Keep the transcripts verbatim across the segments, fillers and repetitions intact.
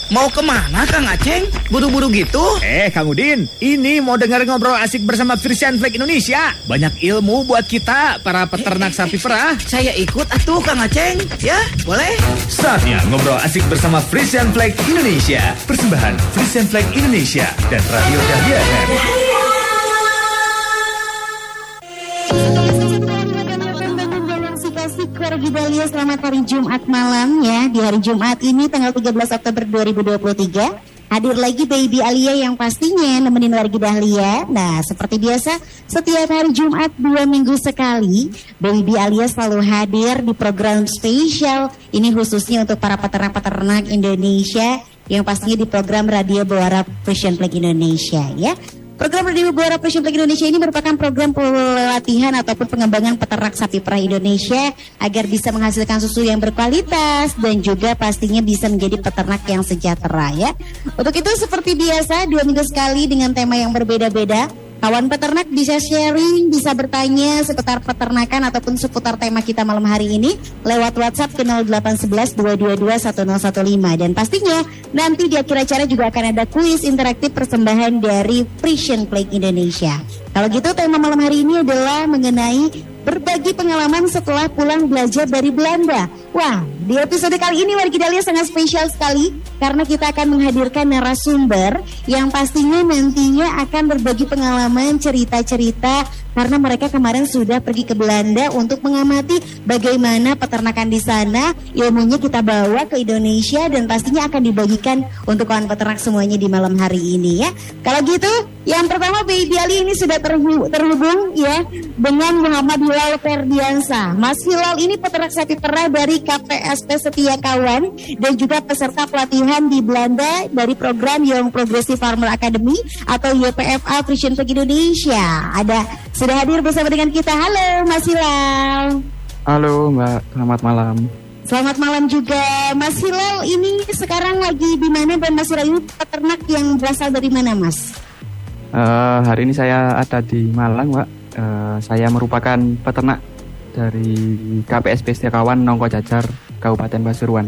Mau kemana Kang Aceng? Buru-buru gitu? Eh Kang Udin, ini mau dengar ngobrol asik bersama Frisian Flag Indonesia. Banyak ilmu buat kita, para peternak sapi perah. Saya ikut atuh Kang Aceng. Ya, boleh? Saatnya ngobrol asik bersama Frisian Flag Indonesia. Persembahan Frisian Flag Indonesia dan Radio Dahlia F M. Wargi Dahlia, selamat hari Jumat malam ya. Di hari Jumat ini tanggal tiga belas Oktober dua ribu dua puluh tiga hadir lagi Baby Alia yang pastinya nemenin Wargi Dahlia. Nah, seperti biasa setiap hari Jumat dua minggu sekali Baby Alia selalu hadir di program spesial ini khususnya untuk para peternak-peternak Indonesia yang pastinya di program Radio Buara Frisian Flag Indonesia ya. Program Radio Buara Frisian Flag Indonesia ini merupakan program pelatihan ataupun pengembangan peternak sapi perah Indonesia agar bisa menghasilkan susu yang berkualitas dan juga pastinya bisa menjadi peternak yang sejahtera ya. Untuk itu seperti biasa dua minggu sekali dengan tema yang berbeda-beda. Kawan peternak bisa sharing, bisa bertanya seputar peternakan ataupun seputar tema kita malam hari ini lewat WhatsApp ke nol delapan satu satu dua dua dua satu nol satu lima. Dan pastinya nanti di akhir acara juga akan ada kuis interaktif persembahan dari Frisian Flag Indonesia. Kalau gitu tema malam hari ini adalah mengenai berbagi pengalaman setelah pulang belajar dari Belanda. Wah, di episode kali ini Wargi Dahlia sangat spesial sekali karena kita akan menghadirkan narasumber yang pastinya nantinya akan berbagi pengalaman, cerita-cerita karena mereka kemarin sudah pergi ke Belanda untuk mengamati bagaimana peternakan di sana. Ilmunya kita bawa ke Indonesia dan pastinya akan dibagikan untuk kawan peternak semuanya di malam hari ini ya. Kalau gitu, yang pertama Baby Ali ini sudah terhubung, terhubung ya dengan Muhammad Hilal Ferdiansa. Mas Hilal ini peternak sapi perah dari K P S P Setia Kawan dan juga peserta pelatihan di Belanda dari program Young Progressive Farmer Academy atau Y P F A Frisian Flag Indonesia. Ada sudah hadir bersama dengan kita. Halo Mas Hilal. Halo Mbak, selamat malam. Selamat malam juga Mas Hilal. Ini sekarang lagi di mana dan Mas Hilal ini peternak yang berasal dari mana Mas? Uh, hari ini saya ada di Malang Mbak. Uh, saya merupakan peternak dari K P S P Setia Kawan Nongko Jajar, Kabupaten Pasuruan.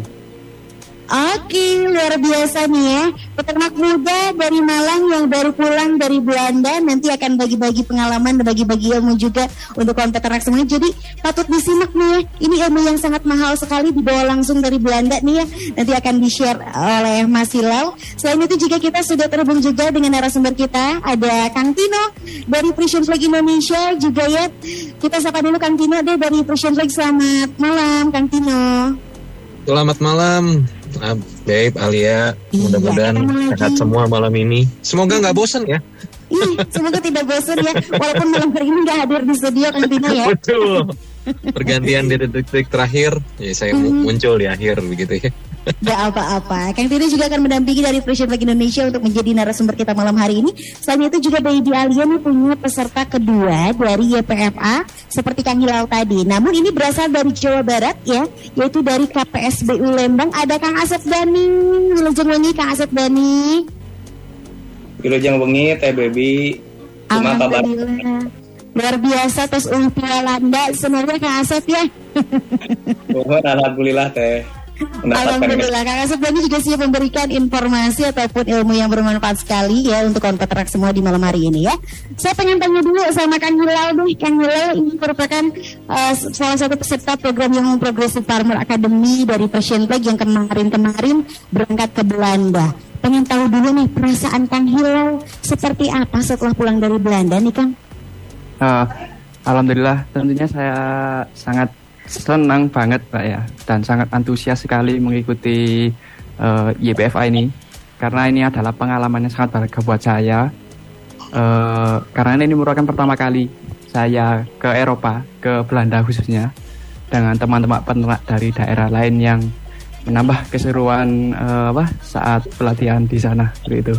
Oke, luar biasa nih ya. Peternak muda dari Malang yang baru pulang dari Belanda nanti akan bagi-bagi pengalaman dan bagi-bagi ilmu juga untuk kawan peternak semuanya. Jadi patut disimak nih ya. Ini ilmu yang sangat mahal sekali dibawa langsung dari Belanda nih ya. Nanti akan di-share oleh Mas Hilal. Selain itu juga kita sudah terhubung juga dengan narasumber kita. Ada Kang Tino dari Frisian Flag Indonesia juga ya. Kita sapa dulu Kang Tino deh dari Frisian Flag. Selamat malam Kang Tino. Selamat malam ah, Babe, Alia. Mudah-mudahan iya, sehat semua malam ini. Semoga nggak bosan ya. Ih, semoga tidak bosan ya. Walaupun malam hari ini nggak hadir di studio Kang Tino ya. Betul. Pergantian di detik-detik terakhir, ya saya hmm. muncul di akhir begitu ya. Gak apa-apa. Kang Tino juga akan mendampingi dari Frisian Flag Indonesia untuk menjadi narasumber kita malam hari ini. Selain itu juga Baby Alia nih punya peserta kedua dari Y P F A seperti Kang Hilal tadi. Namun ini berasal dari Jawa Barat ya, yaitu dari K P S B U Lembang. Ada Kang Asep Dani. Wilujeng wengi Kang Asep Dani. Wilujeng wengi Teh Baby. Alhamdulillah. Luar biasa tes umpia landa sebenarnya Kang Asep ya. Mohon alhamdulillah Teh. Alhamdulillah Kang Asep ini juga siap memberikan informasi ataupun ilmu yang bermanfaat sekali ya untuk kawan peternak semua di malam hari ini ya. Saya pengen tanya dulu sama Kang Hilal deh. Kang Hilal ini merupakan uh, salah satu peserta program Young Progressive Farmer Academy dari Frisian Flag yang kemarin-kemarin berangkat ke Belanda. Pengen tahu dulu nih perasaan Kang Hilal seperti apa setelah pulang dari Belanda nih Kang? Uh, Alhamdulillah tentunya saya sangat senang banget Pak ya, dan sangat antusias sekali mengikuti uh, Y P F A ini karena ini adalah pengalaman yang sangat berharga buat saya uh, karena ini merupakan pertama kali saya ke Eropa, ke Belanda khususnya dengan teman-teman peternak dari daerah lain yang menambah keseruan uh, apa saat pelatihan di sana begitu.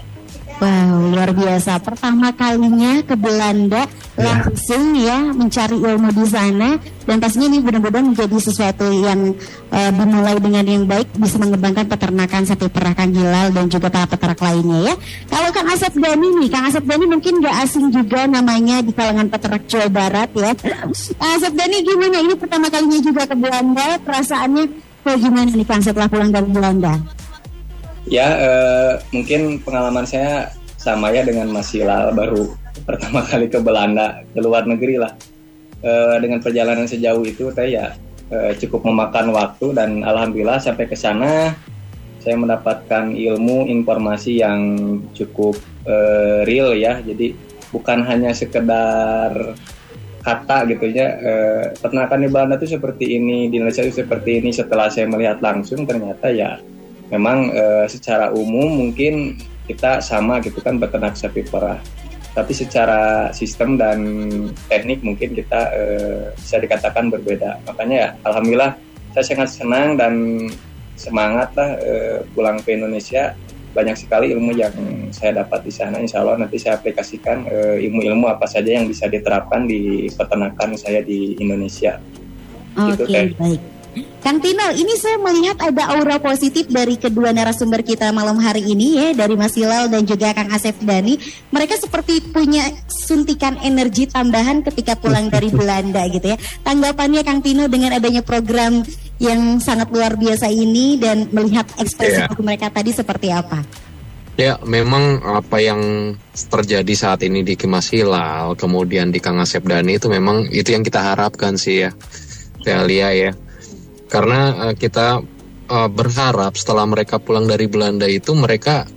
Wow, luar biasa. Pertama kalinya ke Belanda langsung ya mencari ilmu di sana dan pastinya ini benar-benar menjadi sesuatu yang uh, dimulai dengan yang baik, bisa mengembangkan peternakan sapi perah Kang Hilal dan juga para peternak lainnya ya. Kalau Kang Asep Dani nih, Kang Asep Dani mungkin gak asing juga namanya di kalangan peternak Jawa Barat ya. Kang Asep Dani gimana? Ini pertama kalinya juga ke Belanda, perasaannya kayak gimana nih Kang setelah pulang dari Belanda? Ya, eh, mungkin pengalaman saya sama ya dengan Mas Hilal, baru pertama kali ke Belanda, ke luar negeri lah. Eh, dengan perjalanan sejauh itu, saya ya eh, cukup memakan waktu dan alhamdulillah sampai ke sana saya mendapatkan ilmu, informasi yang cukup eh, real ya. Jadi bukan hanya sekedar kata gitu ya, eh, peternakan di Belanda itu seperti ini, di Indonesia itu seperti ini. Setelah saya melihat langsung ternyata ya memang e, secara umum mungkin kita sama gitu kan beternak sapi perah, tapi secara sistem dan teknik mungkin kita e, bisa dikatakan berbeda. Makanya ya alhamdulillah saya sangat senang dan semangat lah e, pulang ke Indonesia. Banyak sekali ilmu yang saya dapat di sana. Insya Allah nanti saya aplikasikan e, ilmu-ilmu apa saja yang bisa diterapkan di peternakan saya di Indonesia. Oke, okay, baik. Kang Tino, ini saya melihat ada aura positif dari kedua narasumber kita malam hari ini ya, dari Mas Hilal dan juga Kang Asep Dhani. Mereka seperti punya suntikan energi tambahan ketika pulang dari Belanda gitu ya. Tanggapannya Kang Tino dengan adanya program yang sangat luar biasa ini dan melihat ekspresi yeah. mereka tadi seperti apa? Ya, memang apa yang terjadi saat ini di Mas Hilal, kemudian di Kang Asep Dhani itu memang itu yang kita harapkan sih ya, Telia ya. Karena uh, kita uh, berharap setelah mereka pulang dari Belanda itu mereka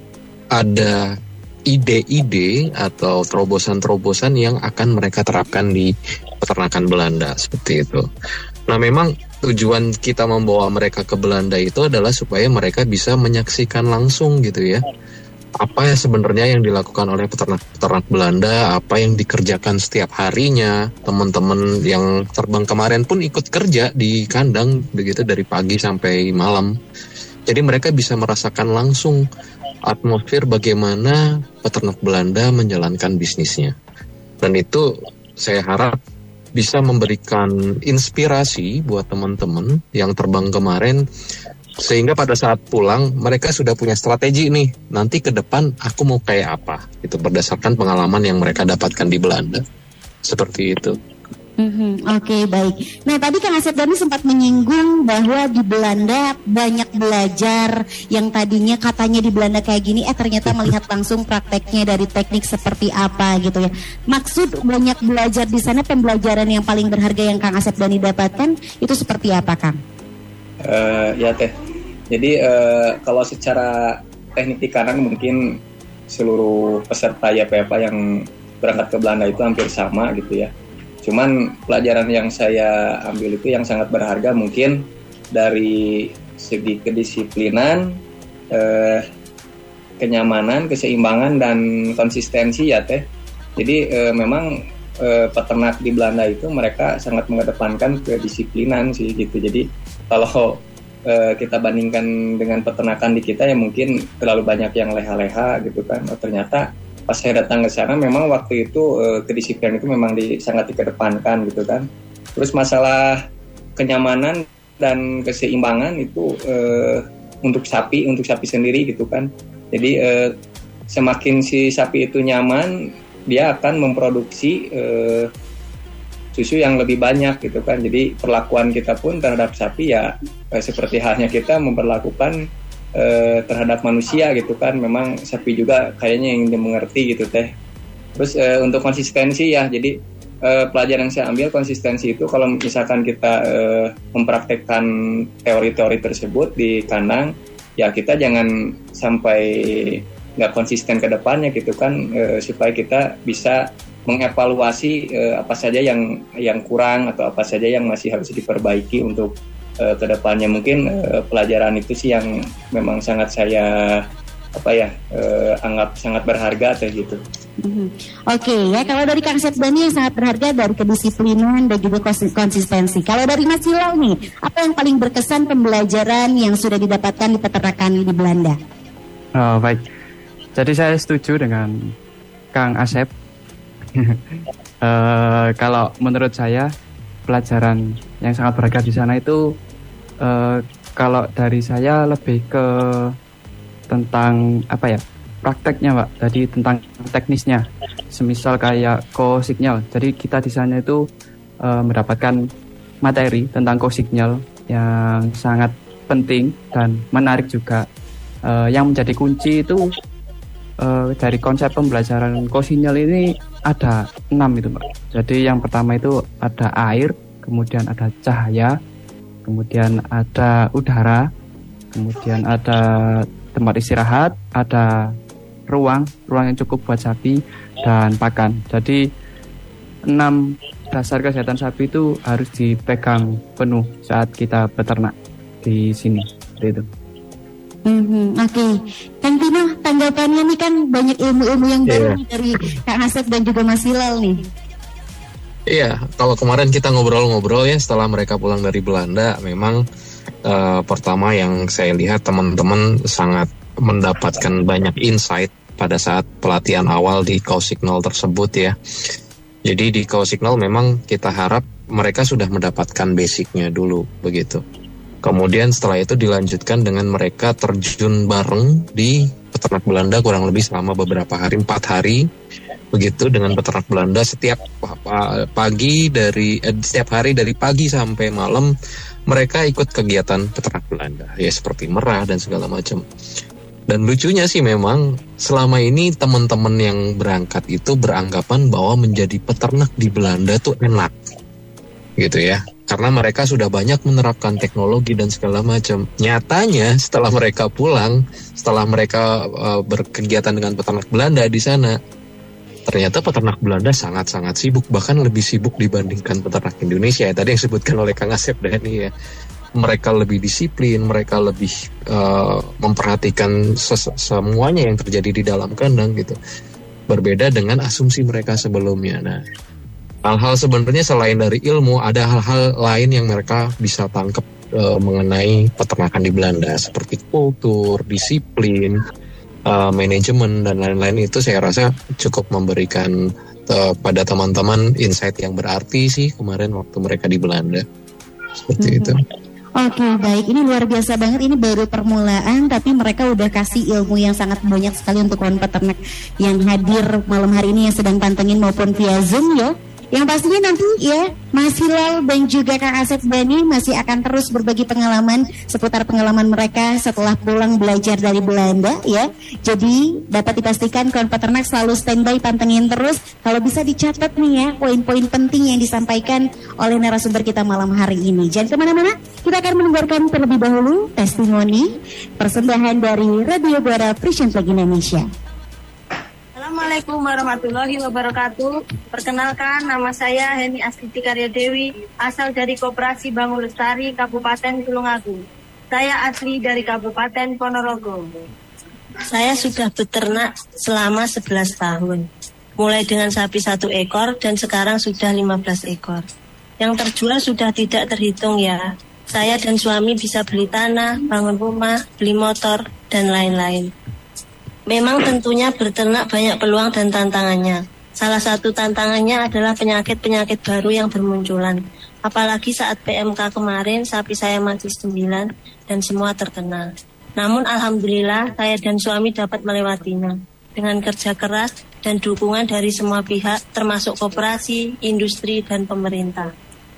ada ide-ide atau terobosan-terobosan yang akan mereka terapkan di peternakan Belanda seperti itu. Nah, memang tujuan kita membawa mereka ke Belanda itu adalah supaya mereka bisa menyaksikan langsung gitu ya, apa ya sebenarnya yang dilakukan oleh peternak-peternak Belanda, apa yang dikerjakan setiap harinya. Teman-teman yang terbang kemarin pun ikut kerja di kandang begitu dari pagi sampai malam. Jadi mereka bisa merasakan langsung atmosfer bagaimana peternak Belanda menjalankan bisnisnya. Dan itu saya harap bisa memberikan inspirasi buat teman-teman yang terbang kemarin, sehingga pada saat pulang mereka sudah punya strategi nih, nanti ke depan aku mau kayak apa, itu berdasarkan pengalaman yang mereka dapatkan di Belanda. Seperti itu. Mm-hmm. Oke, okay, baik. Nah, tadi Kang Asep Dhani sempat menyinggung bahwa di Belanda banyak belajar yang tadinya katanya di Belanda kayak gini, eh ternyata melihat langsung prakteknya dari teknik seperti apa gitu ya. Maksud banyak belajar di sana, pembelajaran yang paling berharga yang Kang Asep Dhani dapatkan itu seperti apa, Kang? Uh, ya Teh, jadi uh, kalau secara teknik di kandang mungkin seluruh peserta Y P F A yang berangkat ke Belanda itu hampir sama gitu ya. Cuman pelajaran yang saya ambil itu yang sangat berharga mungkin dari segi kedisiplinan, uh, kenyamanan, keseimbangan dan konsistensi ya Teh. Jadi uh, memang uh, peternak di Belanda itu mereka sangat mengedepankan kedisiplinan sih gitu. Jadi kalau uh, kita bandingkan dengan peternakan di kita ya mungkin terlalu banyak yang leha-leha gitu kan. Oh, ternyata pas saya datang ke sana memang waktu itu uh, kedisiplinan itu memang di, sangat dikedepankan gitu kan. Terus masalah kenyamanan dan keseimbangan itu uh, untuk sapi, untuk sapi sendiri gitu kan. Jadi uh, semakin si sapi itu nyaman, dia akan memproduksi uh, susu yang lebih banyak gitu kan. Jadi perlakuan kita pun terhadap sapi ya eh, seperti halnya kita memperlakukan eh, terhadap manusia gitu kan. Memang sapi juga kayaknya yang dimengerti gitu Teh. Terus eh, untuk konsistensi ya, jadi eh, pelajaran yang saya ambil konsistensi itu kalau misalkan kita eh, mempraktekkan teori-teori tersebut di kandang, ya kita jangan sampai nggak konsisten ke depannya gitu kan, eh, supaya kita bisa mengevaluasi eh, apa saja yang yang kurang atau apa saja yang masih harus diperbaiki untuk eh, ke depannya. Mungkin eh, pelajaran itu sih yang memang sangat saya apa ya eh, anggap sangat berharga kayak gitu. Mm-hmm. Oke okay, ya, kalau dari Kang Asep Dhani yang sangat berharga dari kedisiplinan dan juga konsistensi. Kalau dari Mas Hilal nih, apa yang paling berkesan pembelajaran yang sudah didapatkan di peternakan di Belanda? Oh, baik. Jadi saya setuju dengan Kang Asep. uh, kalau menurut saya pelajaran yang sangat berharga di sana itu uh, kalau dari saya lebih ke tentang apa ya prakteknya Pak, jadi tentang teknisnya, semisal kayak co-signal. Jadi kita di sana itu uh, mendapatkan materi tentang co-signal yang sangat penting dan menarik juga. uh, yang menjadi kunci itu uh, dari konsep pembelajaran kosinyal ini ada enam itu Pak. Jadi yang pertama itu ada air, kemudian ada cahaya, kemudian ada udara, kemudian ada tempat istirahat, ada ruang, ruang yang cukup buat sapi, dan pakan. Jadi enam dasar kesehatan sapi itu harus dipegang penuh saat kita beternak di sini. Itu. Mm-hmm, Oke, okay. Kang Tino, tanggapannya nih kan banyak ilmu-ilmu yang baru yeah. dari Kang Asep dan juga Mas Hilal nih. Iya, kalau kemarin kita ngobrol-ngobrol ya setelah mereka pulang dari Belanda, memang uh, pertama yang saya lihat teman-teman sangat mendapatkan banyak insight pada saat pelatihan awal di Co-Signal tersebut ya. Jadi di Co-Signal memang kita harap mereka sudah mendapatkan basicnya dulu begitu. Kemudian setelah itu dilanjutkan dengan mereka terjun bareng di peternak Belanda kurang lebih selama beberapa hari, empat hari begitu dengan peternak Belanda setiap pagi dari eh, setiap hari dari pagi sampai malam mereka ikut kegiatan peternak Belanda ya seperti merah dan segala macam. Dan lucunya sih memang selama ini teman-teman yang berangkat itu beranggapan bahwa menjadi peternak di Belanda tuh enak gitu ya. Karena mereka sudah banyak menerapkan teknologi dan segala macam. Nyatanya setelah mereka pulang, setelah mereka uh, berkegiatan dengan peternak Belanda di sana, ternyata peternak Belanda sangat-sangat sibuk, bahkan lebih sibuk dibandingkan peternak Indonesia. Ya, tadi yang disebutkan oleh Kang Asep Dhani ya. Mereka lebih disiplin, mereka lebih uh, memperhatikan ses- semuanya yang terjadi di dalam kandang gitu. Berbeda dengan asumsi mereka sebelumnya. Nah, hal-hal sebenarnya selain dari ilmu, ada hal-hal lain yang mereka bisa tangkap uh, mengenai peternakan di Belanda, seperti kultur, disiplin, uh, manajemen, dan lain-lain. Itu saya rasa cukup memberikan uh, pada teman-teman insight yang berarti sih kemarin waktu mereka di Belanda. Seperti hmm. itu. Oke, baik. Ini luar biasa banget. Ini baru permulaan, tapi mereka udah kasih ilmu yang sangat banyak sekali untuk kawan peternak yang hadir malam hari ini yang sedang pantengin maupun via Zoom ya. Yang pastinya nanti ya Mas Hilal dan juga Kang Asep Dhani masih akan terus berbagi pengalaman seputar pengalaman mereka setelah pulang belajar dari Belanda ya. Jadi dapat dipastikan kawan peternak selalu standby pantengin terus. Kalau bisa dicatat nih ya poin-poin penting yang disampaikan oleh narasumber kita malam hari ini. Jangan kemana-mana, kita akan mendengarkan terlebih dahulu testimoni persembahan dari Radio Buara Frisian Flag Indonesia. Assalamualaikum warahmatullahi wabarakatuh. Perkenalkan, nama saya Heni Astiti Karya Dewi, asal dari Koperasi Bangun Lestari, Kabupaten Tulungagung. Saya asli dari Kabupaten Ponorogo. Saya sudah beternak selama sebelas tahun, mulai dengan sapi satu ekor dan sekarang sudah lima belas ekor. Yang terjual sudah tidak terhitung ya. Saya dan suami bisa beli tanah, bangun rumah, beli motor, dan lain-lain. Memang tentunya beternak banyak peluang dan tantangannya. Salah satu tantangannya adalah penyakit-penyakit baru yang bermunculan. Apalagi saat P M K kemarin, sapi saya masih sembilan dan semua terkena. Namun alhamdulillah saya dan suami dapat melewatinya. Dengan kerja keras dan dukungan dari semua pihak, termasuk koperasi, industri, dan pemerintah.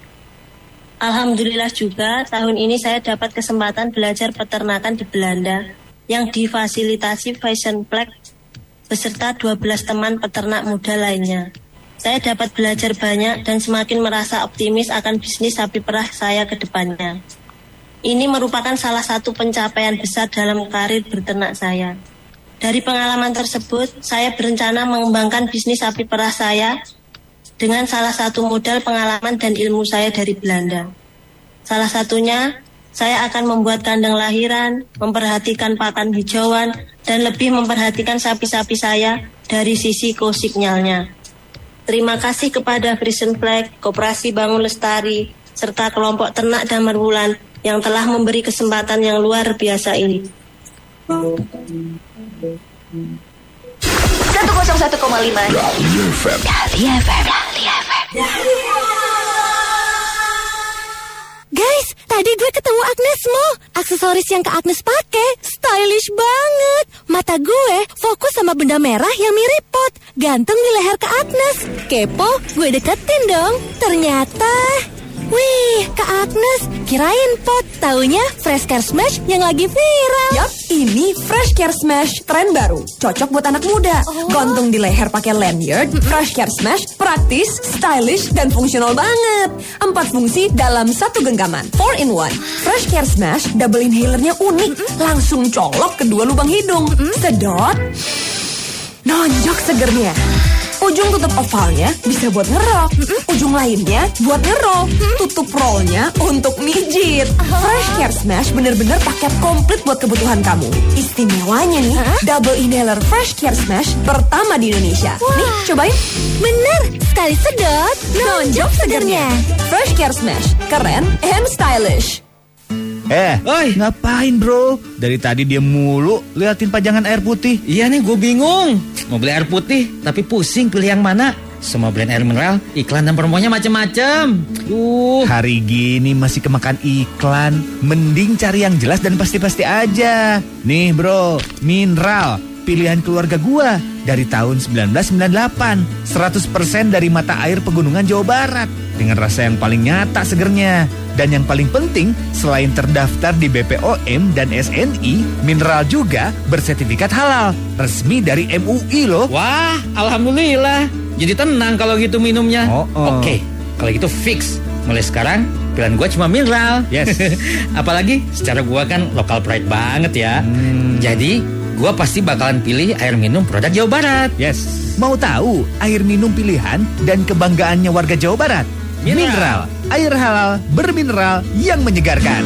Alhamdulillah juga tahun ini saya dapat kesempatan belajar peternakan di Belanda yang difasilitasi Frisian Flag beserta dua belas teman peternak muda lainnya. Saya dapat belajar banyak dan semakin merasa optimis akan bisnis sapi perah saya ke depannya. Ini merupakan salah satu pencapaian besar dalam karir beternak saya. Dari pengalaman tersebut, saya berencana mengembangkan bisnis sapi perah saya dengan salah satu modal pengalaman dan ilmu saya dari Belanda. Salah satunya, saya akan membuat kandang lahiran, memperhatikan pakan hijauan, dan lebih memperhatikan sapi-sapi saya dari sisi co-signalnya. Terima kasih kepada Frisian Flag, Koperasi Bangun Lestari, serta kelompok ternak Damar Wulan yang telah memberi kesempatan yang luar biasa ini. seratus satu koma lima Dahlia F M. Dahlia F M. Dahlia F M. Guys, tadi gue ketemu Agnes Mo. Aksesoris yang Kak Agnes pakai stylish banget. Mata gue fokus sama benda merah yang mirip pot, gantung di leher Kak Agnes. Kepo, gue deketin dong. Ternyata Wih, Kak Agnes, kirain pot. Taunya Fresh Care Smash yang lagi viral. Yap, ini Fresh Care Smash, tren baru. Cocok buat anak muda. Oh. Gantung di leher pakai lanyard, Fresh Care Smash praktis, stylish, dan fungsional banget. Empat fungsi dalam satu genggaman. four in one. Fresh Care Smash, double inhalernya unik. Langsung colok kedua lubang hidung. Sedot, nonjok segernya. Ujung tutup ovalnya bisa buat ngerok. Ujung lainnya buat ngerol. Tutup rollnya untuk mijit. Fresh Care Smash bener-bener paket komplit buat kebutuhan kamu. Istimewanya nih, double inhaler Fresh Care Smash pertama di Indonesia. Wah. Nih, cobain. Bener, sekali sedot, nonjok segernya. Fresh Care Smash, keren and stylish. Eh, Oi. Ngapain bro? Dari tadi dia mulu liatin pajangan air putih. Iya nih, gue bingung. Mau beli air putih, tapi pusing pilih yang mana. Semua brand air mineral, iklan dan promonya macam-macam. Uh. Hari gini masih kemakan iklan. Mending cari yang jelas dan pasti-pasti aja. Nih bro, mineral, pilihan keluarga gua dari tahun sembilan belas sembilan puluh delapan. seratus persen dari mata air pegunungan Jawa Barat. Dengan rasa yang paling nyata segernya. Dan yang paling penting, selain terdaftar di B P O M dan S N I, mineral juga bersertifikat halal. Resmi dari M U I loh. Wah, alhamdulillah. Jadi tenang kalau gitu minumnya. Oh, oh. Oke, kalau gitu fix. Mulai sekarang, pilihan gue cuma mineral. Yes. Apalagi secara gue kan local pride banget ya. Hmm. Jadi, gue pasti bakalan pilih air minum produk Jawa Barat. Yes. Mau tahu air minum pilihan dan kebanggaannya warga Jawa Barat? Mineral, mineral. Air halal bermineral yang menyegarkan.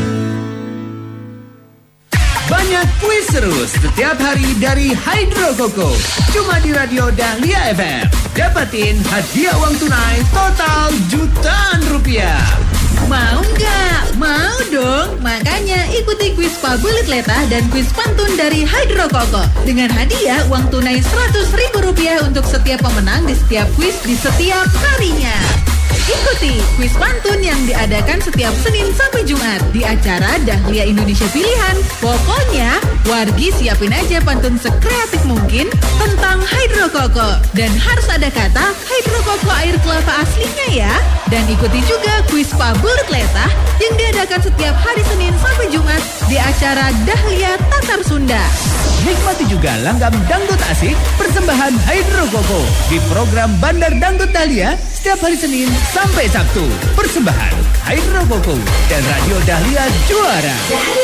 Banyak kuis seru setiap hari dari Hydro Coco. Cuma di Radio Dahlia F M. Dapatin hadiah uang tunai total jutaan rupiah. Mau nggak? Mau dong. Makanya ikuti kuis Pabulit Letah dan kuis pantun dari Hydro Coco. Dengan hadiah uang tunai seratus ribu rupiah untuk setiap pemenang di setiap kuis di setiap harinya. Ikuti kuis pantun yang diadakan setiap Senin sampai Jumat di acara Dahlia Indonesia Pilihan. Pokoknya, wargi siapin aja pantun sekreatif mungkin tentang Hydro Coco. Dan harus ada kata Hydro Coco air kelapa aslinya ya. Dan ikuti juga kuis Pabulit Letah yang diadakan setiap hari Senin sampai Jumat di acara Dahlia Tatar Sunda. Nikmati juga langgam dangdut asik persembahan Hydro Coco di program Bandar Dangdut Dahlia setiap hari Senin sampai Sabtu. Persembahan Hydro Coco dan Radio Dahlia juara.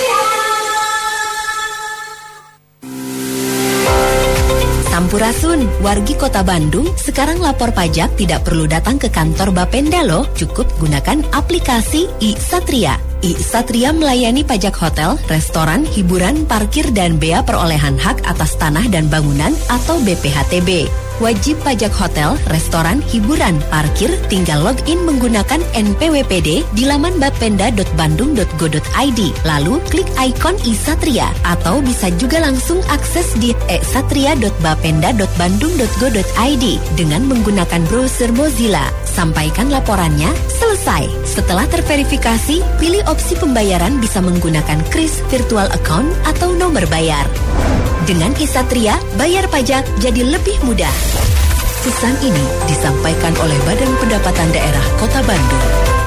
Sampurasun, wargi Kota Bandung sekarang lapor pajak tidak perlu datang ke kantor Bapenda loh. Cukup gunakan aplikasi iSatria. iSatria melayani pajak hotel, restoran, hiburan, parkir, dan bea perolehan hak atas tanah dan bangunan atau B P H T B. Wajib pajak hotel, restoran, hiburan, parkir tinggal login menggunakan N P W P D di laman bapenda dot bandung dot go dot i d. Lalu klik ikon iSatria atau bisa juga langsung akses di e satria dot bapenda dot bandung dot go dot i d dengan menggunakan browser Mozilla. Sampaikan laporannya, selesai. Setelah terverifikasi, pilih opsi pembayaran bisa menggunakan kris, virtual account, atau nomor bayar. Dengan iSatria, bayar pajak jadi lebih mudah. Pesan ini disampaikan oleh Badan Pendapatan Daerah Kota Bandung.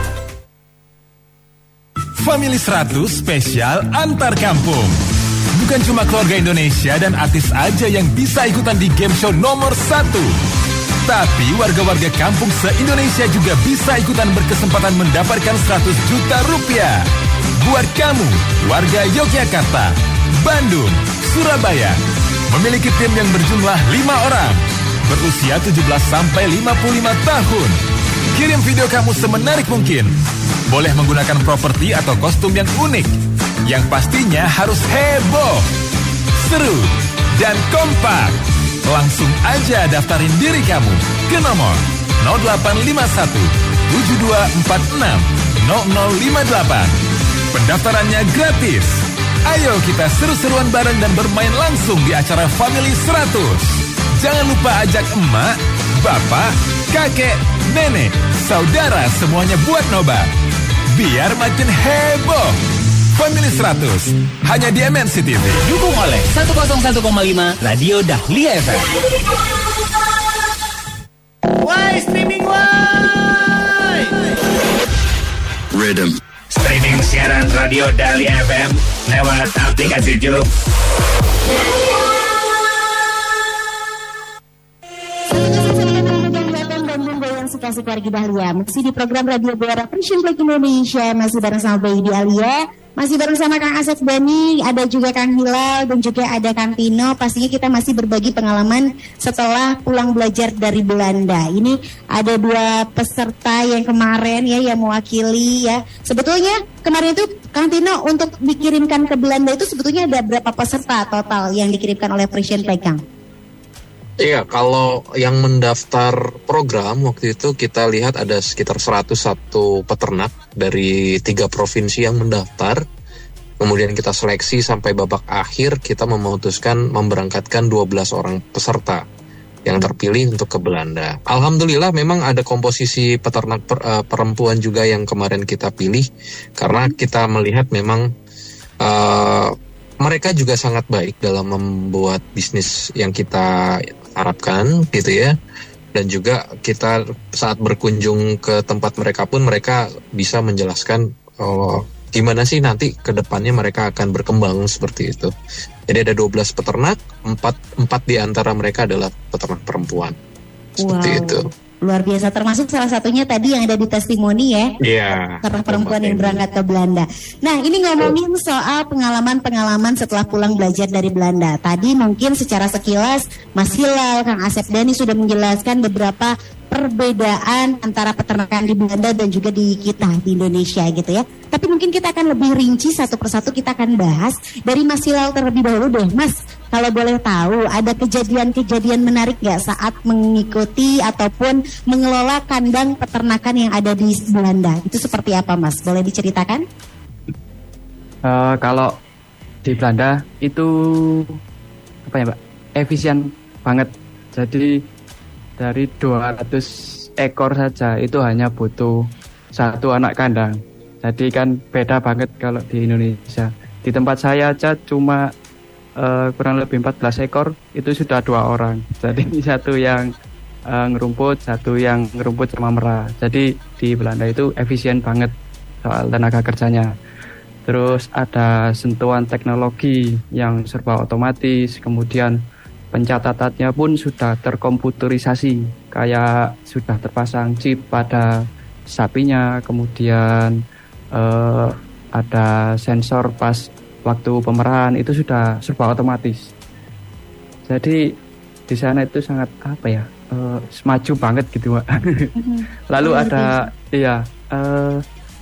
Family seratus spesial antar kampung. Bukan cuma keluarga Indonesia dan artis aja yang bisa ikutan di game show nomor satu. Tapi warga-warga kampung se-Indonesia juga bisa ikutan berkesempatan mendapatkan seratus juta rupiah. Buat kamu, warga Yogyakarta, Bandung, Surabaya, memiliki tim yang berjumlah lima orang, berusia tujuh belas sampai lima puluh lima tahun. Kirim video kamu semenarik mungkin. Boleh menggunakan properti atau kostum yang unik. Yang pastinya harus heboh, seru, dan kompak. Langsung aja daftarin diri kamu ke nomor nol delapan lima satu tujuh dua empat enam nol nol lima delapan. Pendaftarannya gratis. Ayo kita seru-seruan bareng dan bermain langsung di acara Family seratus. Jangan lupa ajak emak, bapak, kakek, nenek, saudara semuanya buat nobar. Biar makin heboh. Family seratus, hanya di M N C T V. Dukung oleh seratus satu koma lima Radio Dahlia F M. Why streaming why? Rhythm. Streaming siaran radio Dahlia F M lewat aplikasi Jum. Kasih keluarga Dahlia masih di program Radio Buara Passion Play Indonesia, masih bareng sama Baby Alia, masih bareng sama Kang Asep Dani, ada juga Kang Hilal dan juga ada Kang Tino. Pastinya kita masih berbagi pengalaman setelah pulang belajar dari Belanda. Ini ada dua peserta yang kemarin ya yang mewakili ya. Sebetulnya kemarin itu Kang Tino untuk dikirimkan ke Belanda itu sebetulnya ada berapa peserta total yang dikirimkan oleh Passion Play, Kang? Iya, kalau yang mendaftar program waktu itu kita lihat ada sekitar seratus satu peternak dari tiga provinsi yang mendaftar. Kemudian kita seleksi sampai babak akhir, kita memutuskan memberangkatkan dua belas orang peserta yang terpilih untuk ke Belanda. Alhamdulillah memang ada komposisi peternak per, uh, perempuan juga yang kemarin kita pilih, karena kita melihat memang uh, mereka juga sangat baik dalam membuat bisnis yang kita harapkan gitu ya. Dan juga kita saat berkunjung ke tempat mereka pun mereka bisa menjelaskan oh, gimana sih nanti ke depannya mereka akan berkembang seperti itu. Jadi ada dua belas peternak, empat di antara mereka adalah peternak perempuan. Seperti wow. itu. Luar biasa, termasuk salah satunya tadi yang ada di testimoni ya. Iya. Peternak perempuan yang berangkat ke Belanda. Nah, ini ngomongin soal pengalaman-pengalaman setelah pulang belajar dari Belanda. Tadi mungkin secara sekilas Mas Hilal, Kang Asep Dani sudah menjelaskan beberapa perbedaan antara peternakan di Belanda dan juga di kita di Indonesia gitu ya. Tapi mungkin kita akan lebih rinci satu persatu, kita akan bahas dari Mas Hilal terlebih dahulu deh. Mas, kalau boleh tahu ada kejadian-kejadian menarik nggak saat mengikuti ataupun mengelola kandang peternakan yang ada di Belanda? Itu seperti apa, Mas? Boleh diceritakan? Uh, kalau di Belanda itu apa ya, Mbak? Efisien banget. Jadi dari dua ratus ekor saja itu hanya butuh satu anak kandang. Jadi kan beda banget kalau di Indonesia. Di tempat saya aja cuma uh, kurang lebih empat belas ekor itu sudah dua orang. Jadi satu yang uh, ngerumput, satu yang ngerumput sama merah. Jadi di Belanda itu efisien banget soal tenaga kerjanya. Terus ada sentuhan teknologi yang serba otomatis, kemudian pencatatannya pun sudah terkomputerisasi, kayak sudah terpasang chip pada sapinya, kemudian eh, ada sensor pas waktu pemerahan, itu sudah serba otomatis. Jadi di sana itu sangat apa ya, eh, semaju banget gitu, Mbak. Lalu ada, iya, eh,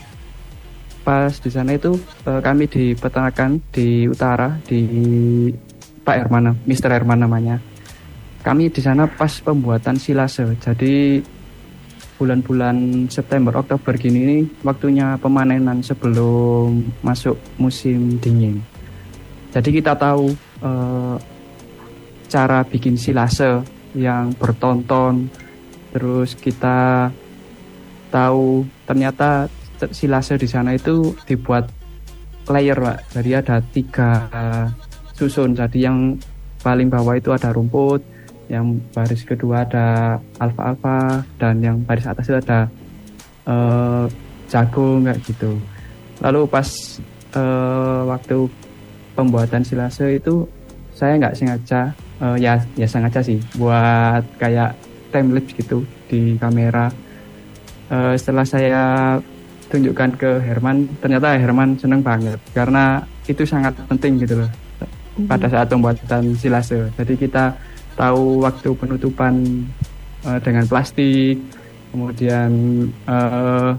pas di sana itu eh, kami di peternakan di utara di Pak Herman, Mister Herman namanya. Kami di sana pas pembuatan silase. Jadi bulan-bulan September, Oktober gini ini waktunya pemanenan sebelum masuk musim dingin. Jadi kita tahu eh, cara bikin silase yang bertonton. Terus kita tahu ternyata silase di sana itu dibuat layer, Pak. Jadi ada tiga susun. Jadi yang paling bawah itu ada rumput, yang baris kedua ada alfa-alfa, dan yang baris atas itu ada uh, jagung kayak gitu. Lalu pas uh, waktu pembuatan silase itu saya nggak sengaja, uh, ya ya sengaja sih buat kayak time lapse gitu di kamera. Uh, setelah saya tunjukkan ke Herman, ternyata Herman seneng banget karena itu sangat penting gitu loh pada saat pembuatan silase. Jadi kita tahu waktu penutupan uh, dengan plastik, kemudian uh,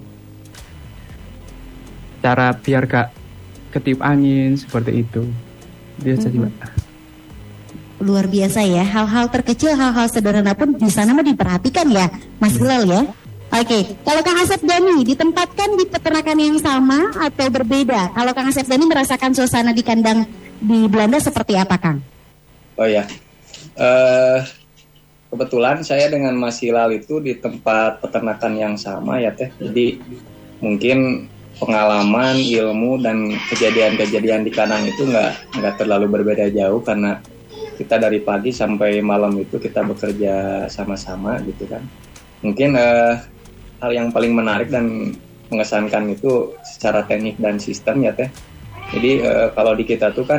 cara biar gak ketiup angin seperti itu. Biasa sih, Mbak. Luar biasa ya, hal-hal terkecil, hal-hal sederhana pun di sana mah diperhatikan ya, Mas Hilal ya. Oke, kalau Kang Asep Dani ditempatkan di peternakan yang sama atau berbeda? Kalau Kang Asep Dani merasakan suasana di kandang di Belanda seperti apa, Kang? Oh ya, uh, kebetulan saya dengan Mas Hilal itu di tempat peternakan yang sama ya Teh. Jadi mungkin pengalaman, ilmu dan kejadian-kejadian di kandang itu nggak nggak terlalu berbeda jauh karena kita dari pagi sampai malam itu kita bekerja sama-sama gitu kan. Mungkin uh, hal yang paling menarik dan mengesankan itu secara teknik dan sistem ya teh. Jadi uh, kalau di kita tuh kan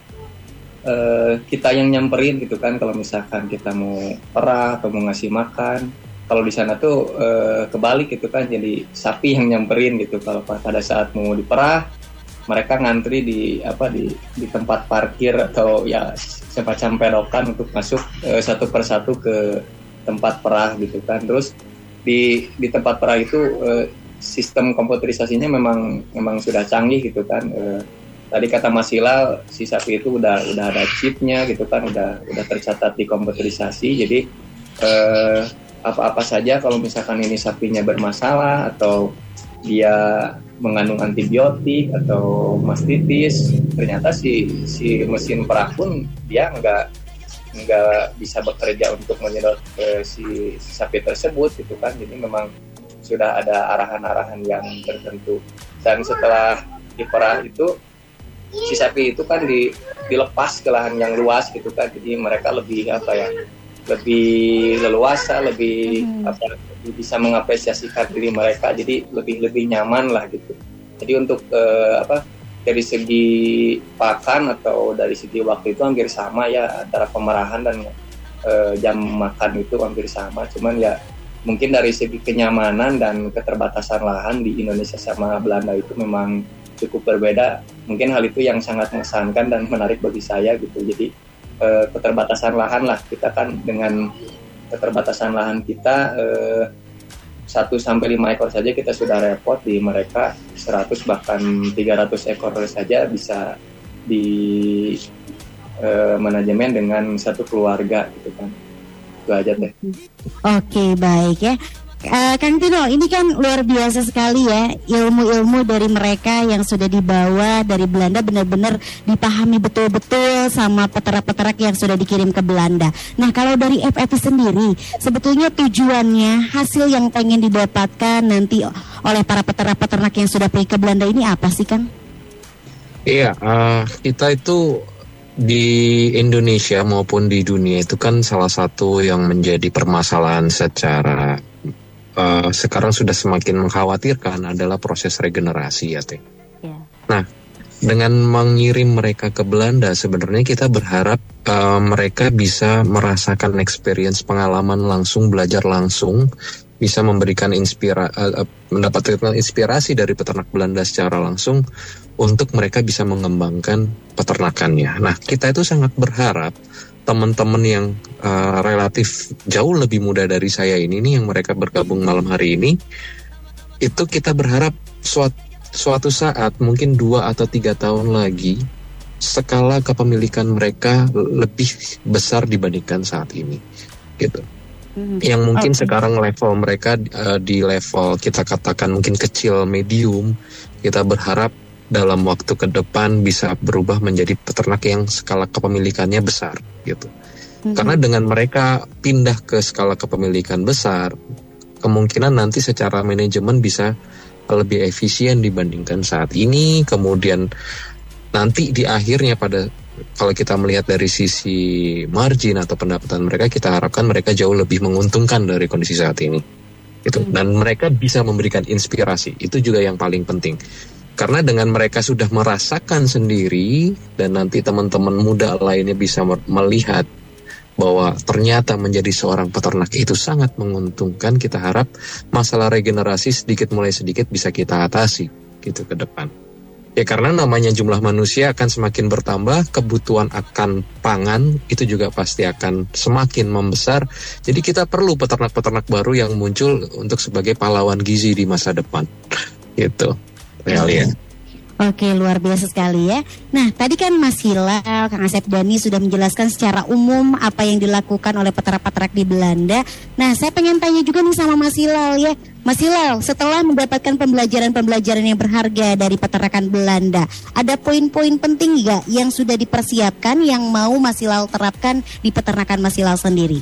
uh, kita yang nyamperin gitu kan kalau misalkan kita mau perah atau mau ngasih makan. Kalau di sana tuh uh, kebalik gitu kan, jadi sapi yang nyamperin gitu. Kalau pada saat mau diperah, mereka ngantri di apa di di tempat parkir atau ya semacam perokan untuk masuk uh, satu persatu ke tempat perah gitu kan. Terus di di tempat perah itu uh, sistem komputerisasinya memang memang sudah canggih gitu kan. Uh, tadi kata Mas Hilal, si sapi itu udah udah ada chipnya gitu kan, udah udah tercatat di komputerisasi. Jadi uh, apa-apa saja kalau misalkan ini sapinya bermasalah atau dia mengandung antibiotik atau mastitis, ternyata si si mesin perah pun dia nggak nggak bisa bekerja untuk menyedot eh, si, si sapi tersebut gitu kan. Jadi memang sudah ada arahan-arahan yang tertentu. Dan setelah diperah itu si sapi itu kan di, dilepas ke lahan yang luas gitu kan. Jadi mereka lebih apa ya lebih leluasa, lebih hmm. apa lebih bisa mengapresiasikan diri mereka. Jadi lebih lebih nyaman lah gitu. Jadi untuk eh, apa dari segi pakan atau dari segi waktu itu hampir sama ya, antara pemerahan dan e, jam makan itu hampir sama. Cuman ya mungkin dari segi kenyamanan dan keterbatasan lahan di Indonesia sama Belanda itu memang cukup berbeda. Mungkin hal itu yang sangat mengesankan dan menarik bagi saya gitu. Jadi e, keterbatasan lahan lah, kita kan dengan keterbatasan lahan kita e, satu sampai lima ekor saja kita sudah repot, di mereka seratus bahkan tiga ratus ekor saja bisa di eh, manajemen dengan satu keluarga gitu kan. Itu aja deh. Oke, baik ya. Uh, Kang Tino, ini kan luar biasa sekali ya, ilmu-ilmu dari mereka yang sudah dibawa dari Belanda benar-benar dipahami betul-betul sama peternak-peternak yang sudah dikirim ke Belanda. Nah, kalau dari F F I sendiri, sebetulnya tujuannya, hasil yang pengen didapatkan nanti oleh para peternak-peternak yang sudah pergi ke Belanda ini apa sih, Kang? Iya, uh, kita itu di Indonesia maupun di dunia itu kan salah satu yang menjadi permasalahan secara Uh, sekarang sudah semakin mengkhawatirkan adalah proses regenerasi ya Teh. Yeah. Nah, dengan mengirim mereka ke Belanda sebenarnya kita berharap uh, mereka bisa merasakan experience, pengalaman langsung, belajar langsung, bisa memberikan inspira uh, mendapatkan inspirasi dari peternak Belanda secara langsung untuk mereka bisa mengembangkan peternakannya. Nah, kita itu sangat berharap teman-teman yang uh, relatif jauh lebih muda dari saya ini nih, yang mereka bergabung malam hari ini, itu kita berharap suatu, suatu saat mungkin dua atau tiga tahun lagi skala kepemilikan mereka lebih besar dibandingkan saat ini, gitu. Hmm. Yang mungkin okay. sekarang level mereka uh, di level kita katakan mungkin kecil medium, kita berharap dalam waktu ke depan bisa berubah menjadi peternak yang skala kepemilikannya besar gitu. Mm-hmm. Karena dengan mereka pindah ke skala kepemilikan besar, kemungkinan nanti secara manajemen bisa lebih efisien dibandingkan saat ini. Kemudian nanti di akhirnya pada kalau kita melihat dari sisi margin atau pendapatan mereka, kita harapkan mereka jauh lebih menguntungkan dari kondisi saat ini. Gitu. Mm-hmm. Dan mereka bisa memberikan inspirasi. Itu juga yang paling penting. Karena dengan mereka sudah merasakan sendiri dan nanti teman-teman muda lainnya bisa melihat bahwa ternyata menjadi seorang peternak itu sangat menguntungkan, kita harap masalah regenerasi sedikit mulai sedikit bisa kita atasi gitu ke depan. Ya karena namanya jumlah manusia akan semakin bertambah, kebutuhan akan pangan itu juga pasti akan semakin membesar. Jadi kita perlu peternak-peternak baru yang muncul untuk sebagai pahlawan gizi di masa depan gitu. Ya. Oke, luar biasa sekali ya. Nah, tadi kan Mas Hilal, Kang Asep Dhani sudah menjelaskan secara umum apa yang dilakukan oleh peternak-peternak di Belanda. Nah, saya pengen tanya juga nih sama Mas Hilal ya. Mas Hilal, setelah mendapatkan pembelajaran-pembelajaran yang berharga dari peternakan Belanda, ada poin-poin penting nggak yang sudah dipersiapkan yang mau Mas Hilal terapkan di peternakan Mas Hilal sendiri?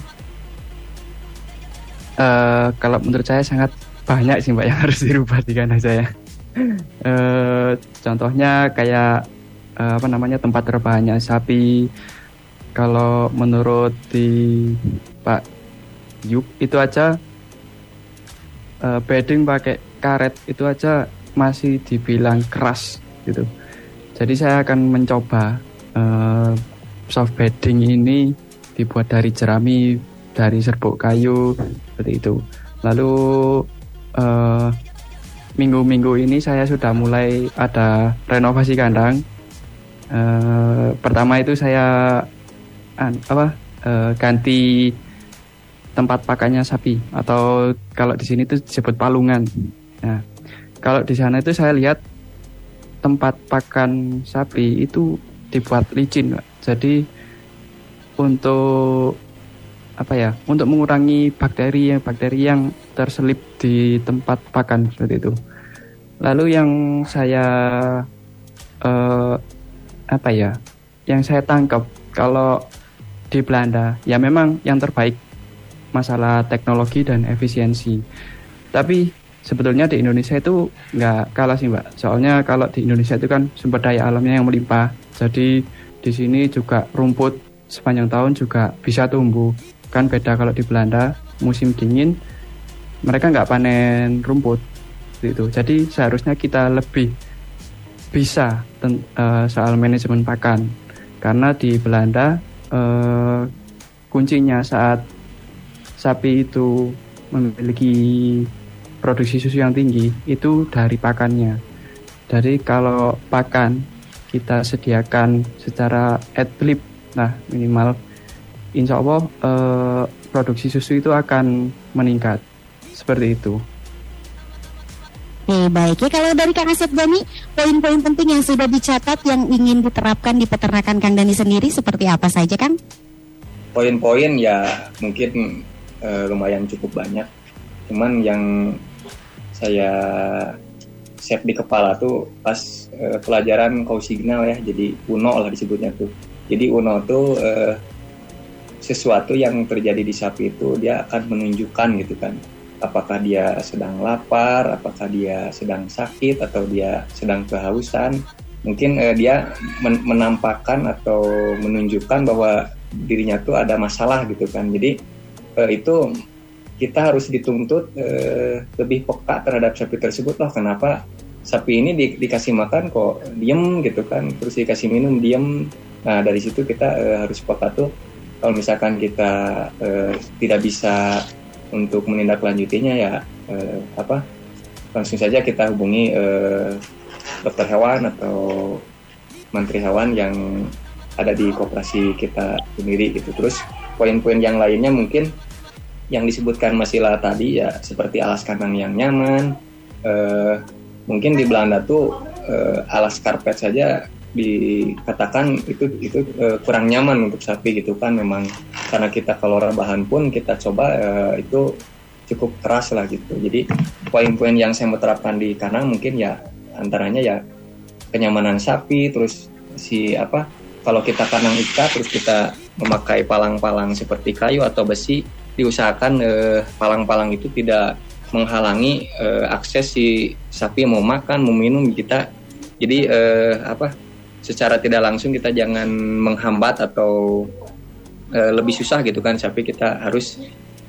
Uh, kalau menurut saya sangat banyak sih Mbak yang harus dirubah di kandang saya. Uh, contohnya kayak uh, apa namanya tempat rebahannya sapi. Kalau menurut di Pak Yuk itu aja uh, bedding pakai karet itu aja masih dibilang keras gitu. Jadi saya akan mencoba uh, soft bedding ini dibuat dari jerami, dari serbuk kayu seperti itu. Lalu uh, minggu-minggu ini saya sudah mulai ada renovasi kandang. Uh, pertama itu saya uh, apa uh, ganti tempat pakannya sapi, atau kalau di sini itu disebut palungan. Nah, kalau di sana itu saya lihat tempat pakan sapi itu dibuat licin, Pak. Jadi untuk apa ya? Untuk mengurangi bakteri bakteri yang terselip di tempat pakan seperti itu. Lalu yang saya uh, apa ya? Yang saya tangkap kalau di Belanda ya memang yang terbaik masalah teknologi dan efisiensi. Tapi sebetulnya di Indonesia itu nggak kalah sih, Mbak. Soalnya kalau di Indonesia itu kan sumber daya alamnya yang melimpah. Jadi di sini juga rumput sepanjang tahun juga bisa tumbuh. Kan beda kalau di Belanda musim dingin mereka nggak panen rumput gitu. Jadi seharusnya kita lebih bisa ten, uh, soal manajemen pakan. Karena di Belanda uh, kuncinya saat sapi itu memiliki produksi susu yang tinggi itu dari pakannya. Jadi kalau pakan kita sediakan secara ad-lib, nah minimal insya Allah eh, produksi susu itu akan meningkat. Seperti itu. Oke, baik ya. Kalau dari Kang Asep Dani, poin-poin penting yang sudah dicatat yang ingin diterapkan di peternakan Kang Dani sendiri seperti apa saja, Kang? Poin-poin ya mungkin Uh, lumayan cukup banyak, cuman yang saya save di kepala tuh pas uh, pelajaran Kausignal ya, jadi U N O lah disebutnya tuh. Jadi U N O tuh uh, sesuatu yang terjadi di sapi itu dia akan menunjukkan gitu kan, apakah dia sedang lapar, apakah dia sedang sakit, atau dia sedang kehausan. Mungkin uh, dia men- menampakkan atau menunjukkan bahwa dirinya tuh ada masalah gitu kan. Jadi Uh, itu kita harus dituntut uh, lebih peka terhadap sapi tersebut. Loh, kenapa sapi ini di, dikasih makan kok diem gitu kan, terus dikasih minum diem. Nah dari situ kita uh, harus peka tuh. Kalau misalkan kita uh, tidak bisa untuk menindaklanjutinya ya uh, apa langsung saja kita hubungi uh, dokter hewan atau menteri hewan yang ada di koperasi kita sendiri gitu. Terus poin-poin yang lainnya mungkin yang disebutkan Mas Ila tadi ya seperti alas kandang yang nyaman. Eh, mungkin di Belanda tuh eh, alas karpet saja dikatakan itu itu eh, kurang nyaman untuk sapi gitu kan. Memang karena kita kalau rebahan pun kita coba eh, itu cukup keras lah gitu. Jadi poin-poin yang saya mau terapkan di kandang mungkin ya antaranya ya kenyamanan sapi, terus si apa kalau kita kandang ikat terus kita memakai palang-palang seperti kayu atau besi, diusahakan eh, palang-palang itu tidak menghalangi eh, akses si sapi mau makan, mau minum kita. Jadi eh, apa secara tidak langsung kita jangan menghambat atau eh, lebih susah gitu kan sapi. Kita harus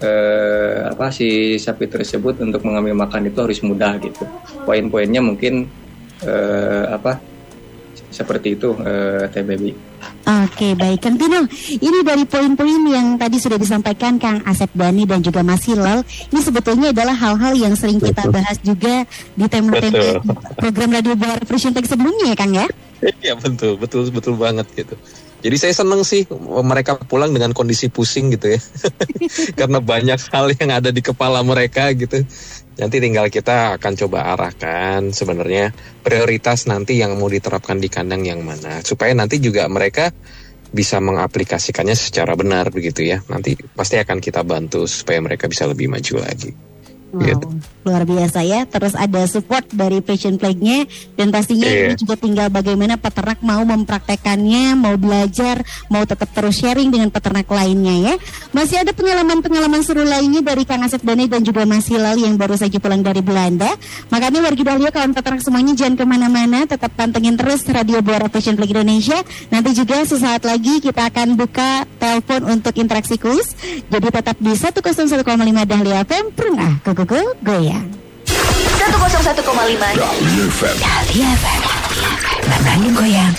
eh, apa si sapi tersebut untuk mengambil makan itu harus mudah gitu. Poin-poinnya mungkin eh, apa seperti itu eh, Teh Baby. Oke, baik Kang Tino. Ini dari poin-poin yang tadi sudah disampaikan Kang Asep Dani dan juga Mas Hilal. Ini sebetulnya adalah hal-hal yang sering kita bahas juga di tema-tema program Radio Bola Fresh Tech sebelumnya ya Kang ya? Iya betul, betul, betul banget gitu. Jadi saya seneng sih mereka pulang dengan kondisi pusing gitu ya. Karena banyak hal yang ada di kepala mereka gitu. Nanti tinggal kita akan coba arahkan sebenarnya prioritas nanti yang mau diterapkan di kandang yang mana. Supaya nanti juga mereka bisa mengaplikasikannya secara benar begitu ya. Nanti pasti akan kita bantu supaya mereka bisa lebih maju lagi. Wow, gitu. Luar biasa ya. Terus ada support dari Passion Flag-nya. Dan pastinya yeah. ini juga tinggal bagaimana peternak mau mempraktekannya, mau belajar, mau tetap terus sharing dengan peternak lainnya ya. Masih ada pengalaman-pengalaman seru lainnya dari Kang Asep Dani dan juga Mas Hilal yang baru saja pulang dari Belanda. Makanya warga Dahlia, kawan peternak semuanya jangan kemana-mana, tetap pantengin terus Radio Buara Passion Flag Indonesia. Nanti juga sesaat lagi kita akan buka telepon untuk interaksi kuis. Jadi tetap di seratus satu koma lima Dahlia F M, Prung ah, go go go goyang. seratus satu koma lima Dahlia F M. Dahlia F M. Bandung goyang.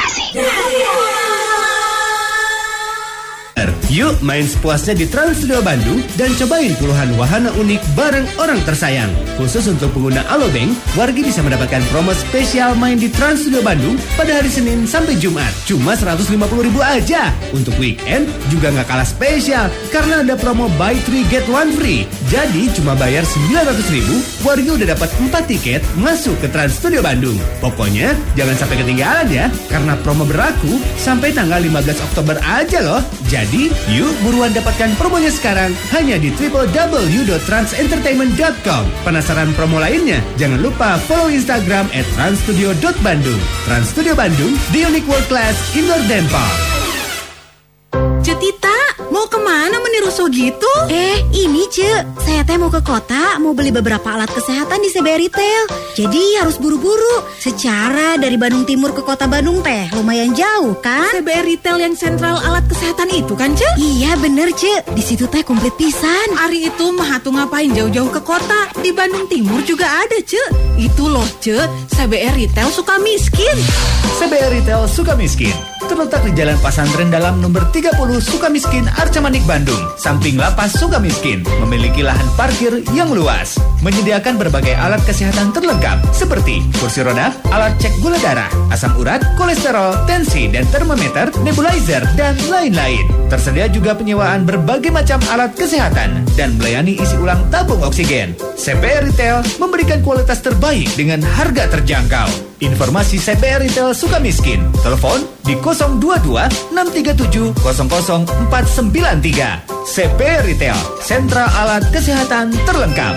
Yuk main sepuasnya di Trans Studio Bandung dan cobain puluhan wahana unik bareng orang tersayang. Khusus untuk pengguna Alobank, wargi bisa mendapatkan promo spesial main di Trans Studio Bandung pada hari Senin sampai Jumat. Cuma seratus lima puluh ribu aja. Untuk weekend juga nggak kalah spesial karena ada promo buy three get one free. Jadi cuma bayar sembilan ratus ribu, wargi udah dapat empat tiket masuk ke Trans Studio Bandung. Pokoknya jangan sampai ketinggalan ya, karena promo berlaku sampai tanggal lima belas Oktober aja loh. Jadi yuk buruan dapatkan promonya sekarang hanya di w w w dot trans entertainment dot com. Penasaran promo lainnya? Jangan lupa follow Instagram at transstudio dot bandung. Trans Studio Bandung, the unique world class indoor theme park. Cetita, mau kemana meniruso gitu? Eh, ini Ce, saya teh mau ke kota, mau beli beberapa alat kesehatan di C B Retail. Jadi harus buru-buru. Secara dari Bandung Timur ke kota Bandung teh lumayan jauh kan? C B Retail yang sentral alat kesehatan itu kan Ce? Iya bener Ce, di situ teh komplit pisan. Ari itu mah tuh ngapain jauh-jauh ke kota? Di Bandung Timur juga ada Ce. Itu loh Ce, C B Retail Sukamiskin. C B Retail Sukamiskin terletak di Jalan Pasantren Dalam nomor tiga puluh Sukamiskin, Arcamanik, Bandung. Samping Lapas Sukamiskin, memiliki lahan parkir yang luas. Menyediakan berbagai alat kesehatan terlengkap seperti kursi roda, alat cek gula darah, asam urat, kolesterol, tensi, dan termometer, nebulizer, dan lain-lain. Tersedia juga penyewaan berbagai macam alat kesehatan dan melayani isi ulang tabung oksigen. C B Retail memberikan kualitas terbaik dengan harga terjangkau. Informasi C B Retail Sukamiskin, telepon di nol dua dua enam tiga tujuh nol nol empat sembilan tiga. C B Retail, sentra alat kesehatan terlengkap.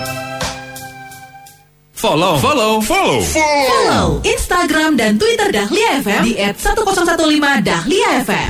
Follow, follow, follow, Follow Instagram dan Twitter Dahlia F M di et satu nol satu lima Dahlia F M.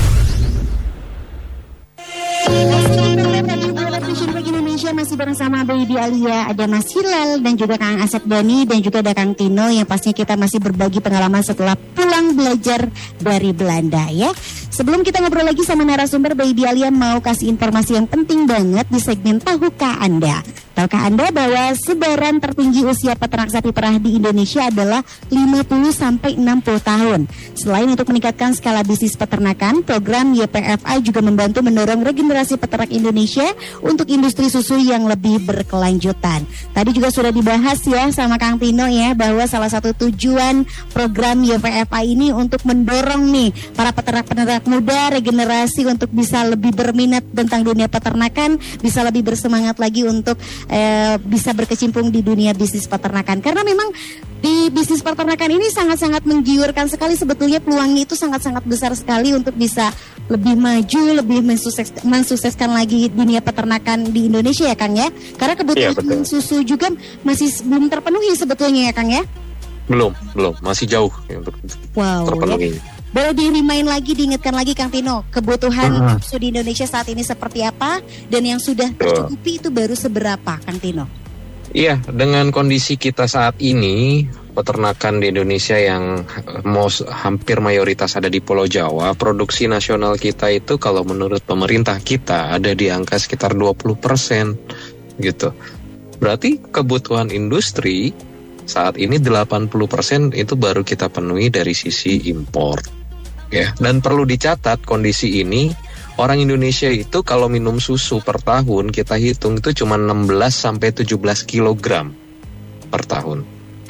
Indonesia masih bersama Baby Alia, ada Mas Hilal dan juga Kang Asep Dani dan juga ada Kang Tino yang pastinya kita masih berbagi pengalaman setelah pulang belajar dari Belanda ya. Sebelum kita ngobrol lagi sama narasumber, Baby Alia mau kasih informasi yang penting banget di segmen Tahukah Anda. Tahukah Anda bahwa sebaran tertinggi usia peternak sapi perah di Indonesia adalah lima puluh sampai enam puluh tahun. Selain untuk meningkatkan skala bisnis peternakan, program Y P F I juga membantu mendorong regenerasi peternak Indonesia untuk industri susu yang lebih berkelanjutan. Tadi juga sudah dibahas ya sama Kang Tino ya, bahwa salah satu tujuan program Y P F I ini untuk mendorong nih para peternak-peternak muda regenerasi untuk bisa lebih berminat tentang dunia peternakan, bisa lebih bersemangat lagi untuk Eh, bisa berkecimpung di dunia bisnis peternakan. Karena memang di bisnis peternakan ini sangat-sangat menggiurkan sekali, sebetulnya peluangnya itu sangat-sangat besar sekali untuk bisa lebih maju, lebih mensukses, mensukseskan lagi dunia peternakan di Indonesia ya Kang ya. Karena kebutuhan ya, susu juga masih belum terpenuhi sebetulnya ya Kang ya. Belum, belum, masih jauh untuk wow, terpenuhi. Ya. Boleh di-remind lagi, diingatkan lagi Kang Tino, kebutuhan uh-huh. susu di Indonesia saat ini seperti apa dan yang sudah tercukupi itu baru seberapa Kang Tino? Iya, dengan kondisi kita saat ini, peternakan di Indonesia yang most, hampir mayoritas ada di Pulau Jawa, produksi nasional kita itu kalau menurut pemerintah kita ada di angka sekitar dua puluh persen gitu. Berarti kebutuhan industri saat ini delapan puluh persen itu baru kita penuhi dari sisi impor. Ya, dan perlu dicatat kondisi ini orang Indonesia itu kalau minum susu per tahun kita hitung itu cuma enam belas sampai tujuh belas kilogram per tahun.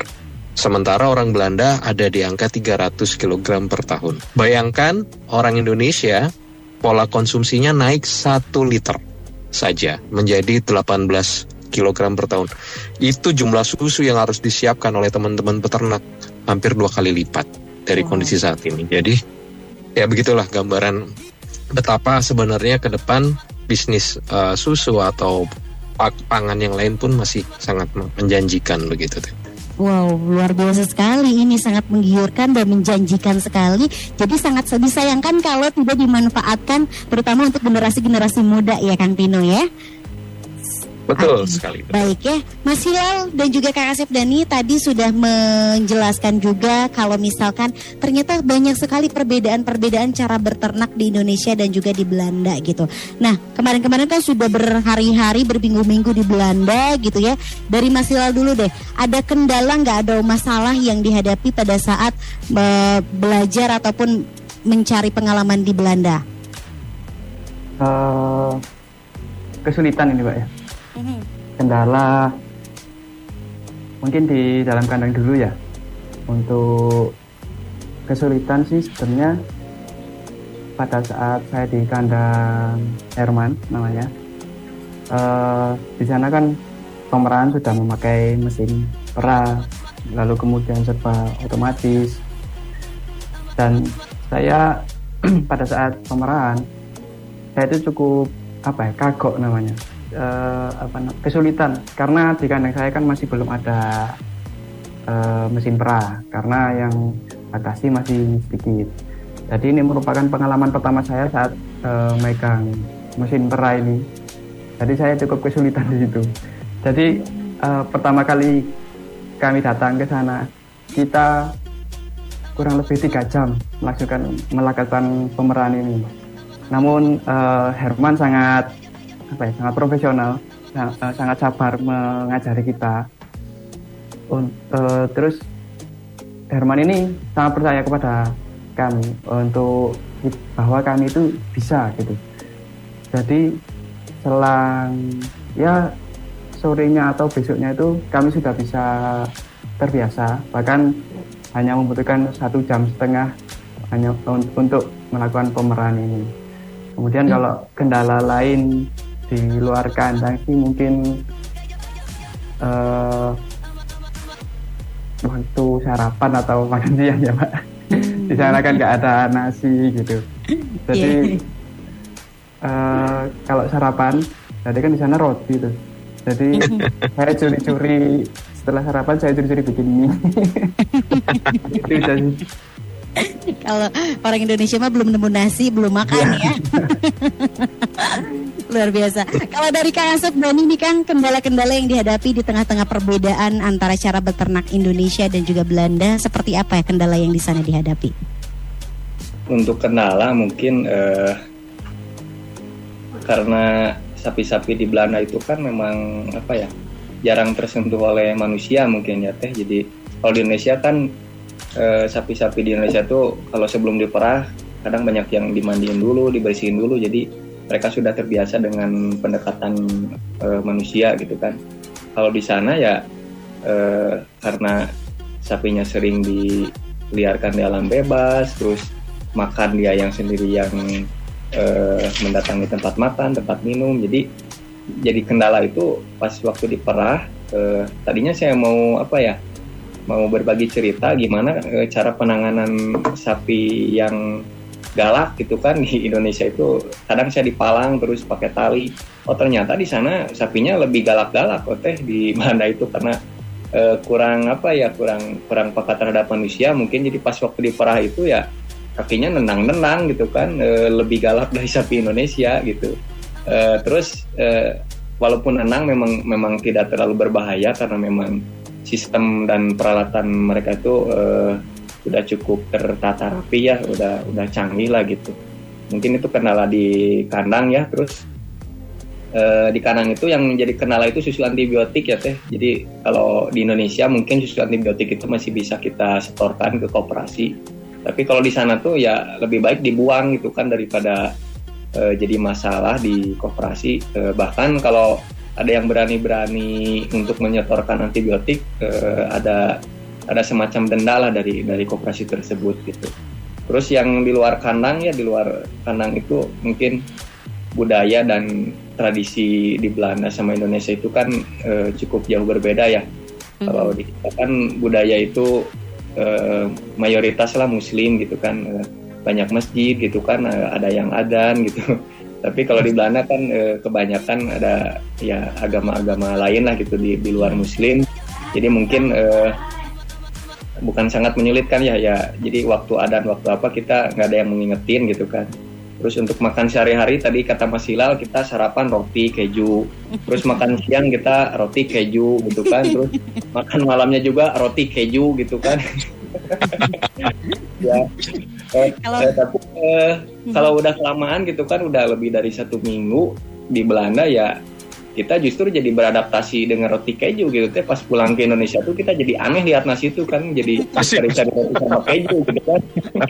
Sementara orang Belanda ada di angka tiga ratus kilogram per tahun. Bayangkan orang Indonesia pola konsumsinya naik satu liter saja menjadi delapan belas kilogram per tahun. Itu jumlah susu yang harus disiapkan oleh teman-teman peternak hampir dua kali lipat dari kondisi saat ini. Jadi ya begitulah gambaran betapa sebenarnya ke depan bisnis uh, susu atau pangan yang lain pun masih sangat menjanjikan begitu. Wow, luar biasa sekali, ini sangat menggiurkan dan menjanjikan sekali. Jadi sangat disayangkan kalau tidak dimanfaatkan, terutama untuk generasi-generasi muda ya Kang Tino ya. Betul Oke. sekali. Betul. Baik ya, Mas Hilal dan juga Kak Asep Dani tadi sudah menjelaskan juga kalau misalkan ternyata banyak sekali perbedaan-perbedaan cara berternak di Indonesia dan juga di Belanda gitu. Nah, kemarin-kemarin kan sudah berhari-hari, berminggu-minggu di Belanda gitu ya. Dari Mas Hilal dulu deh, ada kendala nggak, ada masalah yang dihadapi pada saat uh, belajar ataupun mencari pengalaman di Belanda? Uh, kesulitan ini Pak ya. Kendala mungkin di dalam kandang dulu ya. Untuk kesulitan sih sebenarnya pada saat saya di kandang Herman namanya, uh, di sana kan pemerahan sudah memakai mesin perah, lalu kemudian serba otomatis, dan saya pada saat pemerahan saya itu cukup apa ya, kagok namanya. Uh, apa kesulitan karena di kandang saya kan masih belum ada uh, mesin perah karena yang batasi masih sedikit. Jadi ini merupakan pengalaman pertama saya saat uh, megang mesin perah ini. Jadi saya cukup kesulitan di situ. Jadi uh, pertama kali kami datang ke sana, kita kurang lebih tiga jam melakukan melakukan pemerahan ini. Namun uh, Herman sangat apa ya, sangat profesional, sangat, uh, sangat sabar mengajari kita. Un, uh, terus Herman ini sangat percaya kepada kami untuk bahwa kami itu bisa gitu. Jadi selang ya sorenya atau besoknya itu kami sudah bisa terbiasa, bahkan hanya membutuhkan satu jam setengah hanya un- untuk melakukan pemerahan ini. Kemudian hmm. kalau kendala lain di luar kandang sih mungkin uh, waktu sarapan atau makan siang ya Pak. Di sana kan nggak ada nasi gitu. Jadi uh, kalau sarapan, jadi kan di sana roti tuh. Jadi saya curi-curi setelah sarapan saya curi-curi bikin mie. Itu aja sih. Kalau orang Indonesia mah belum nemu nasi, belum makan ya. Luar biasa. Kalau dari Kak Asep Dani ini kan kendala-kendala yang dihadapi di tengah-tengah perbedaan antara cara beternak Indonesia dan juga Belanda, seperti apa ya kendala yang di sana dihadapi? Untuk kendala mungkin eh, karena sapi-sapi di Belanda itu kan memang apa ya, jarang tersentuh oleh manusia mungkin ya Teh. Jadi kalau di Indonesia kan eh, sapi-sapi di Indonesia tuh kalau sebelum diperah kadang banyak yang dimandiin dulu, dibersihin dulu, jadi mereka sudah terbiasa dengan pendekatan e, manusia gitu kan. Kalau di sana ya e, karena sapinya sering diliarkan di alam bebas, terus makan dia yang sendiri yang e, mendatangi tempat makan, tempat minum. Jadi jadi kendala itu pas waktu diperah. E, tadinya saya mau apa ya, mau berbagi cerita gimana e, cara penanganan sapi yang galak gitu kan di Indonesia itu. Kadang saya dipalang terus pakai tali. Oh ternyata di sana sapinya lebih galak-galak oh teh di Belanda itu karena e, kurang apa ya kurang kurang peka terhadap manusia mungkin. Jadi pas waktu diperah itu ya kakinya nendang-nendang gitu kan, e, lebih galak dari sapi Indonesia gitu. E, terus e, walaupun nendang memang memang tidak terlalu berbahaya karena memang sistem dan peralatan mereka itu e, udah cukup tertata rapi ya, udah udah canggih lah gitu. Mungkin itu kendala di kandang ya. Terus e, di kandang itu yang menjadi kendala itu susu antibiotik ya Teh. Jadi kalau di Indonesia mungkin susu antibiotik itu masih bisa kita setorkan ke koperasi. Tapi kalau di sana tuh ya lebih baik dibuang gitu kan daripada e, jadi masalah di koperasi. E, bahkan kalau ada yang berani-berani untuk menyetorkan antibiotik, e, ada ada semacam denda lah dari dari koperasi tersebut gitu. Terus yang di luar kandang ya, di luar kandang itu mungkin budaya dan tradisi di Belanda sama Indonesia itu kan e, cukup jauh berbeda ya. Mm-hmm. Kalau di kita kan budaya itu e, mayoritas lah Muslim gitu kan, e, banyak masjid gitu kan, e, ada yang adzan gitu. Tapi kalau di Belanda kan e, kebanyakan ada ya agama-agama lain lah gitu di, di luar Muslim. Jadi mungkin e, bukan sangat menyulitkan ya ya. Jadi waktu adzan waktu apa kita nggak ada yang mengingetin gitu kan. Terus untuk makan sehari-hari tadi kata Mas Hilal kita sarapan roti keju. Terus makan siang kita roti keju gitu kan. Terus makan malamnya juga roti keju gitu kan. Ya. Eh, Kalau- eh, tapi eh, kalau udah kelamaan gitu kan udah lebih dari satu minggu di Belanda ya kita justru jadi beradaptasi dengan roti keju gitu teh. Pas pulang ke Indonesia tuh kita jadi aneh lihat nasi itu kan jadi cari-cari roti sama keju gitu kan.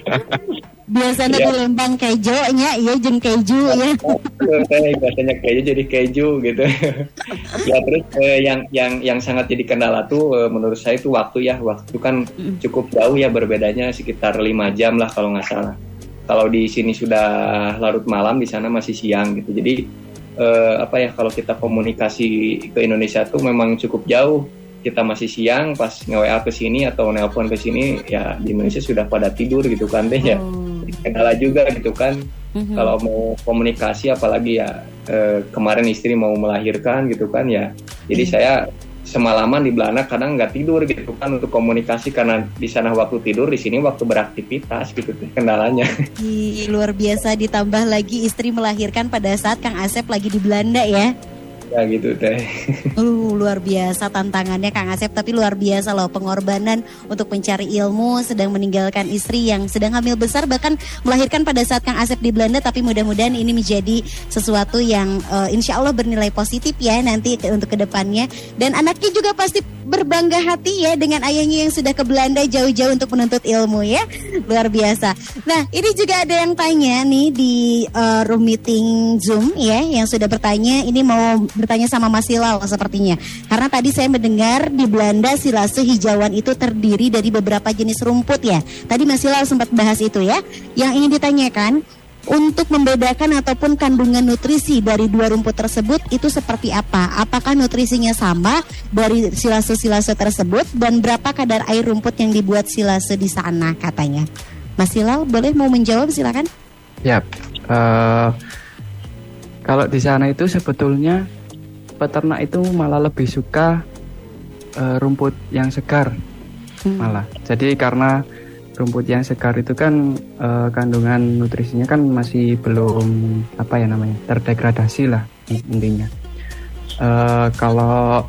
Biasanya Ya. di Lembang kejonya, iya jeung keju ya. Teh biasanya keju jadi keju gitu. Ya terus eh, yang yang yang sangat jadi kendala tuh eh, menurut saya itu waktu ya. Waktu kan cukup jauh ya, berbedanya sekitar lima jam lah kalau nggak salah. Kalau di sini sudah larut malam, di sana masih siang gitu. Jadi eh, apa ya, kalau kita komunikasi ke Indonesia tuh memang cukup jauh. Kita masih siang pas nge-W A ke sini atau nelpon ke sini ya di Indonesia sudah pada tidur gitu kan deh ya. Jadi kendala juga gitu kan. Mhm. Kalau mau komunikasi apalagi ya eh, kemarin istri mau melahirkan gitu kan ya. Jadi saya semalaman di Belanda kadang nggak tidur gitu kan untuk komunikasi karena di sana waktu tidur, di sini waktu beraktivitas gitu tuh kendalanya. Ih, luar biasa, ditambah lagi istri melahirkan pada saat Kang Asep lagi di Belanda ya. Ya gitu teh. Uh, luar biasa tantangannya Kang Asep, tapi luar biasa loh pengorbanan untuk mencari ilmu, sedang meninggalkan istri yang sedang hamil besar, bahkan melahirkan pada saat Kang Asep di Belanda. Tapi mudah-mudahan ini menjadi sesuatu yang uh, insya Allah bernilai positif ya nanti ke- untuk kedepannya. Dan anaknya juga pasti berbangga hati ya dengan ayahnya yang sudah ke Belanda jauh-jauh untuk menuntut ilmu ya. Luar biasa. Nah ini juga ada yang tanya nih di uh, room meeting Zoom ya, yang sudah bertanya, ini mau bertanya sama Mas Hilal sepertinya. Karena tadi saya mendengar di Belanda silase hijauan itu terdiri dari beberapa jenis rumput ya. Tadi Mas Hilal sempat bahas itu ya. Yang ingin ditanyakan, untuk membedakan ataupun kandungan nutrisi dari dua rumput tersebut itu seperti apa? Apakah nutrisinya sama dari silase-silase tersebut dan berapa kadar air rumput yang dibuat silase di sana katanya? Mas Hilal boleh mau menjawab silakan. Ya, eh, kalau di sana itu sebetulnya peternak itu malah lebih suka eh, rumput yang segar malah. Jadi karena rumput yang segar itu kan eh, kandungan nutrisinya kan masih belum apa ya namanya terdegradasi lah intinya. Eh, kalau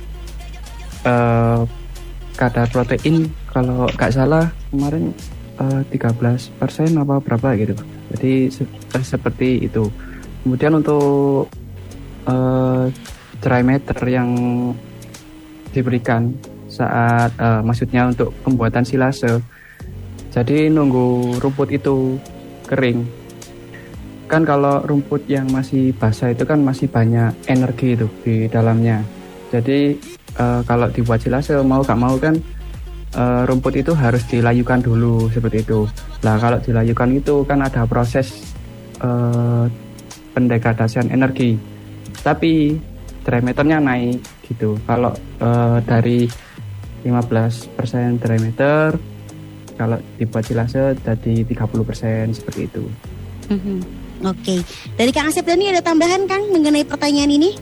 eh, kadar protein kalau nggak salah kemarin eh, tiga belas persen apa berapa gitu. Jadi se- eh, seperti itu. Kemudian untuk eh, dry matter yang diberikan saat uh, maksudnya untuk pembuatan silase, jadi nunggu rumput itu kering. Kan kalau rumput yang masih basah itu kan masih banyak energi itu di dalamnya. Jadi uh, kalau dibuat silase mau gak mau kan uh, rumput itu harus dilayukan dulu seperti itu. Nah kalau dilayukan itu kan ada proses uh, pendegradasian energi. Tapi dry matternya naik gitu. Kalau uh, dari lima belas persen dry matter, kalau dibuat silase jadi tiga puluh persen seperti itu. Mhm. Oke, dari Kang Asep Dani ada tambahan Kang mengenai pertanyaan ini?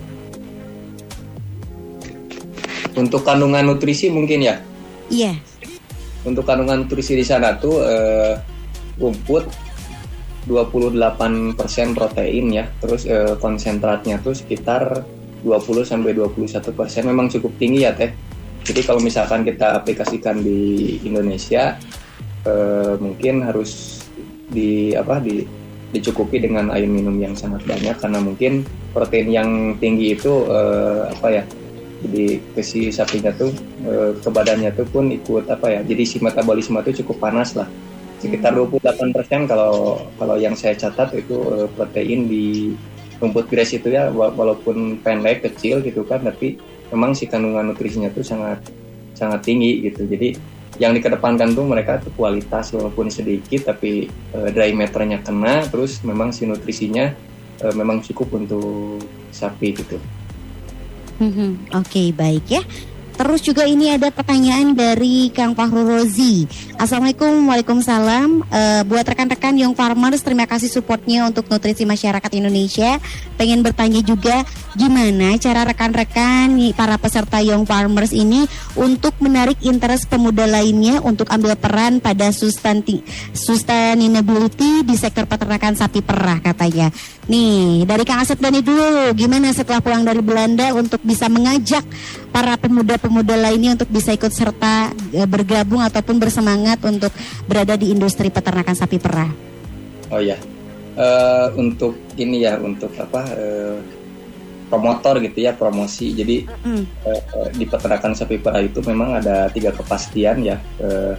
Untuk kandungan nutrisi mungkin ya. Iya. Untuk kandungan nutrisi di sana tuh eh, rumput dua puluh delapan persen protein ya. Terus eh, konsentratnya tuh sekitar dua puluh sampai dua puluh satu persen, memang cukup tinggi ya Teh. Jadi kalau misalkan kita aplikasikan di Indonesia eh, mungkin harus di apa di dicukupi dengan air minum yang sangat banyak, karena mungkin protein yang tinggi itu eh, apa ya, jadi ke si sapinya tuh eh, ke badannya tuh pun ikut apa ya, jadi si metabolisme tuh cukup panas lah, sekitar dua puluh delapan persen kalau kalau yang saya catat itu eh, protein di rumput gras itu ya, wa- walaupun pendek kecil gitu kan, tapi memang si kandungan nutrisinya tuh sangat sangat tinggi gitu. Jadi yang dikedepankan tuh mereka tuh kualitas walaupun sedikit, tapi uh, dry matternya kena, terus memang si nutrisinya uh, memang cukup untuk sapi gitu. Mhm. Oke, baik ya. Terus juga ini ada pertanyaan dari Kang Fahru Rozi. Assalamualaikum, waalaikumsalam. Uh, buat rekan-rekan Young Farmers, terima kasih supportnya untuk nutrisi masyarakat Indonesia. Pengen bertanya juga, gimana cara rekan-rekan para peserta Young Farmers ini untuk menarik interest pemuda lainnya untuk ambil peran pada sustanti- sustainability di sektor peternakan sapi perah katanya. Nih, dari Kang Asep Dani dulu, gimana setelah pulang dari Belanda untuk bisa mengajak para pemuda-pemuda lainnya untuk bisa ikut serta e, bergabung ataupun bersemangat untuk berada di industri peternakan sapi perah? Oh ya, uh, untuk ini ya, untuk apa uh, promotor gitu ya, promosi. Jadi mm. uh, di peternakan sapi perah itu memang ada tiga kepastian ya. Uh,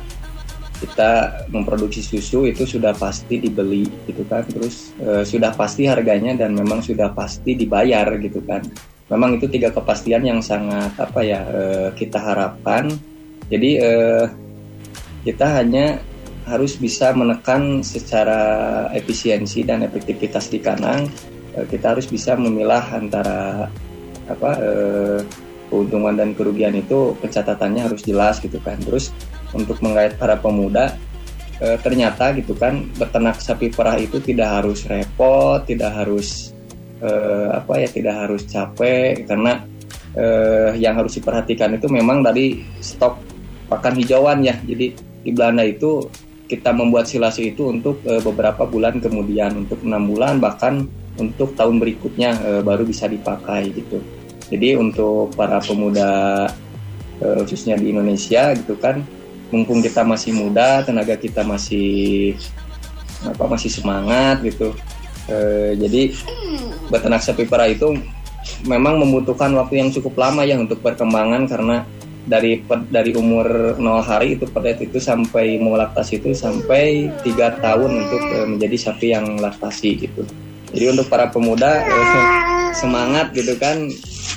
kita memproduksi susu itu sudah pasti dibeli gitu kan, terus uh, sudah pasti harganya dan memang sudah pasti dibayar gitu kan. Memang itu tiga kepastian yang sangat apa ya uh, kita harapkan. Jadi uh, kita hanya harus bisa menekan secara efisiensi dan efektivitas di kandang. Uh, kita harus bisa memilah antara apa uh, keuntungan dan kerugian itu, pencatatannya harus jelas gitu kan. Terus untuk menggait para pemuda, e, ternyata gitu kan, beternak sapi perah itu tidak harus repot, tidak harus e, apa ya, tidak harus capek, karena e, yang harus diperhatikan itu memang dari stok pakan hijauan ya. Jadi di Belanda itu kita membuat silase itu untuk e, beberapa bulan kemudian, untuk enam bulan bahkan untuk tahun berikutnya e, baru bisa dipakai gitu. Jadi untuk para pemuda e, khususnya di Indonesia gitu kan, mumpung kita masih muda, tenaga kita masih apa masih semangat gitu. E, jadi beternak sapi perah itu memang membutuhkan waktu yang cukup lama ya untuk perkembangan, karena dari dari umur nol hari itu pedet itu sampai mau laktasi itu sampai tiga tahun untuk e, menjadi sapi yang laktasi gitu. Jadi untuk para pemuda e, semangat gitu kan.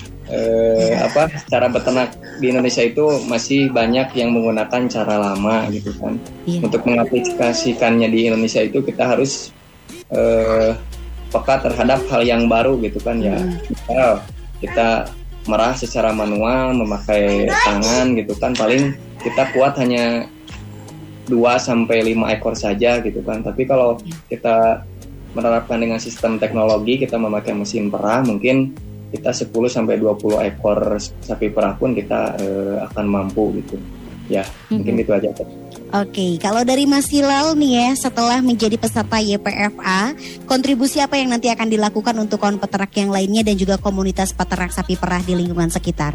Eh, apa cara beternak di Indonesia itu masih banyak yang menggunakan cara lama gitu kan. Yeah. Untuk mengaplikasikannya di Indonesia itu kita harus eh, peka terhadap hal yang baru gitu kan ya. Misal kita merah secara manual memakai tangan gitu kan, paling kita kuat hanya dua sampai lima ekor saja gitu kan. Tapi kalau kita menerapkan dengan sistem teknologi, kita memakai mesin perah, mungkin kita sepuluh sampai dua puluh ekor sapi perah pun kita uh, akan mampu gitu. Ya, mm-hmm. mungkin itu aja. Oke, okay. Kalau dari Mas Hilal nih ya, setelah menjadi peserta Y P F A, kontribusi apa yang nanti akan dilakukan untuk kawan peternak yang lainnya dan juga komunitas peternak sapi perah di lingkungan sekitar?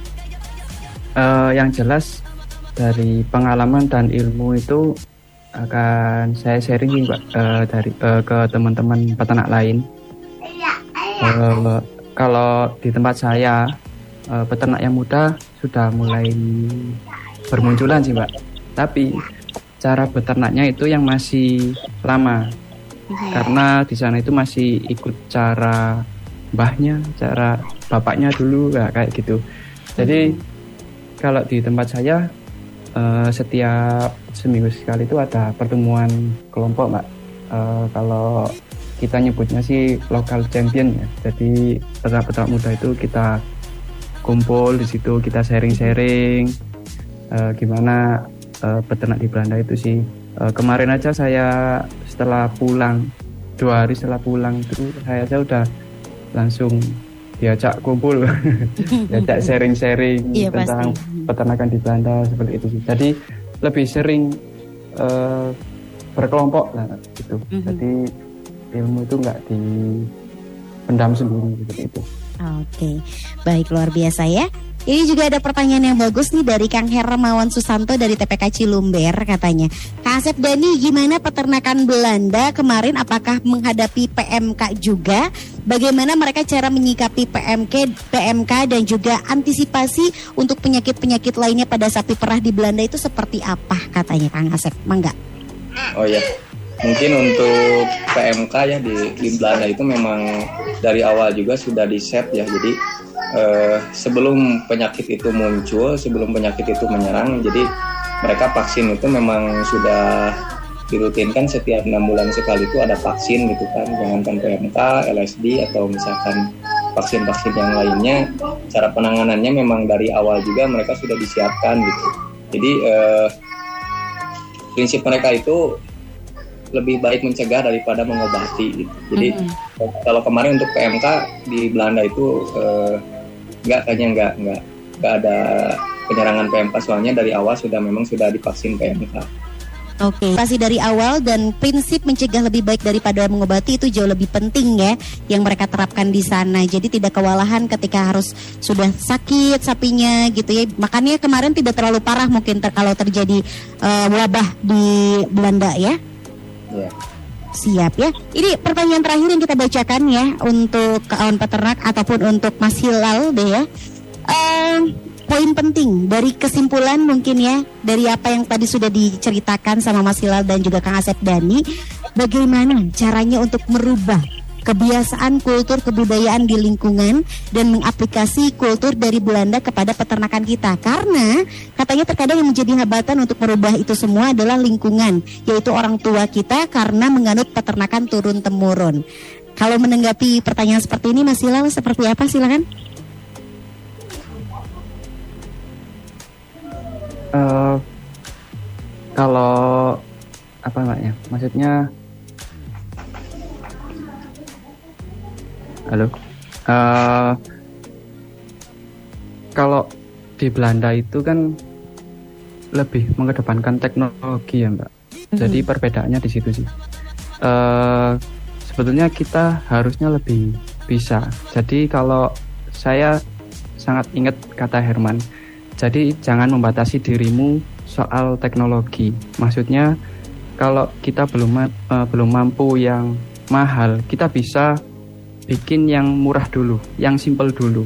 Uh, yang jelas dari pengalaman dan ilmu itu akan saya sharing Pak uh, dari uh, ke teman-teman peternak lain. Uh, Kalau di tempat saya, e, peternak yang muda sudah mulai bermunculan sih Mbak. Tapi cara beternaknya itu yang masih lama. Mm-hmm. Karena di sana itu masih ikut cara mbahnya, cara bapaknya dulu, ya, kayak gitu. Jadi mm-hmm. kalau di tempat saya, e, setiap seminggu sekali itu ada pertemuan kelompok Mbak. E, kalau kita nyebutnya sih local champion ya. Jadi peternak-peternak muda itu kita kumpul di situ, kita sharing-sharing uh, gimana uh, peternak di Belanda itu sih. Uh, kemarin aja saya setelah pulang, dua hari setelah pulang itu saya aja udah langsung diajak kumpul, diajak sharing-sharing iya, tentang pasti. Peternakan di Belanda seperti itu sih. Jadi lebih sering uh, berkelompok lah gitu. Mm-hmm. Jadi ilmu itu nggak dipendam sendiri seperti itu. Oke, baik, luar biasa ya. Ini juga ada pertanyaan yang bagus nih dari Kang Hermawan Susanto dari T P K Cilumber katanya. Kak Asep Dani, gimana peternakan Belanda kemarin, apakah menghadapi P M K juga? Bagaimana mereka cara menyikapi P M K, P M K dan juga antisipasi untuk penyakit-penyakit lainnya pada sapi perah di Belanda itu seperti apa katanya Kang Asep? Mangga. Oh ya. Mungkin untuk P M K ya di, di Belanda itu memang dari awal juga sudah di set ya. Jadi eh, sebelum penyakit itu muncul, sebelum penyakit itu menyerang, jadi mereka vaksin itu memang sudah dirutinkan setiap enam bulan sekali itu ada vaksin gitu kan. Jangankan P M K, L S D atau misalkan vaksin-vaksin yang lainnya, cara penanganannya memang dari awal juga mereka sudah disiapkan gitu. Jadi eh, prinsip mereka itu lebih baik mencegah daripada mengobati gitu. Jadi mm-hmm. kalau kemarin untuk P M K di Belanda itu eh, nggak kayaknya nggak nggak nggak ada penyerangan P M K, soalnya dari awal sudah memang sudah divaksin P M K. Oke, okay. Pasti dari awal dan prinsip mencegah lebih baik daripada mengobati itu jauh lebih penting ya yang mereka terapkan di sana. Jadi tidak kewalahan ketika harus sudah sakit sapinya gitu ya. Makanya kemarin tidak terlalu parah mungkin ter- kalau terjadi uh, wabah di Belanda ya. Yeah. Siap ya. Ini pertanyaan terakhir yang kita bacakan ya untuk kawan peternak ataupun untuk Mas Hilal deh ya. Uh, Poin penting dari kesimpulan mungkin ya dari apa yang tadi sudah diceritakan sama Mas Hilal dan juga Kang Asep Dhani, bagaimana caranya untuk merubah kebiasaan kultur kebudayaan di lingkungan dan mengaplikasi kultur dari Belanda kepada peternakan kita, karena katanya terkadang yang menjadi hambatan untuk merubah itu semua adalah lingkungan, yaitu orang tua kita karena menganut peternakan turun temurun. Kalau menanggapi pertanyaan seperti ini Mas Hilal seperti apa, silakan. Uh, kalau apa namanya? Maksudnya, halo. Uh, kalau di Belanda itu kan lebih mengedepankan teknologi ya Mbak. Mm-hmm. Jadi perbedaannya di situ sih. Uh, sebetulnya kita harusnya lebih bisa. Jadi kalau saya sangat ingat kata Herman. Jadi jangan membatasi dirimu soal teknologi. Maksudnya kalau kita belum uh, belum mampu yang mahal, kita bisa bikin yang murah dulu, yang simple dulu.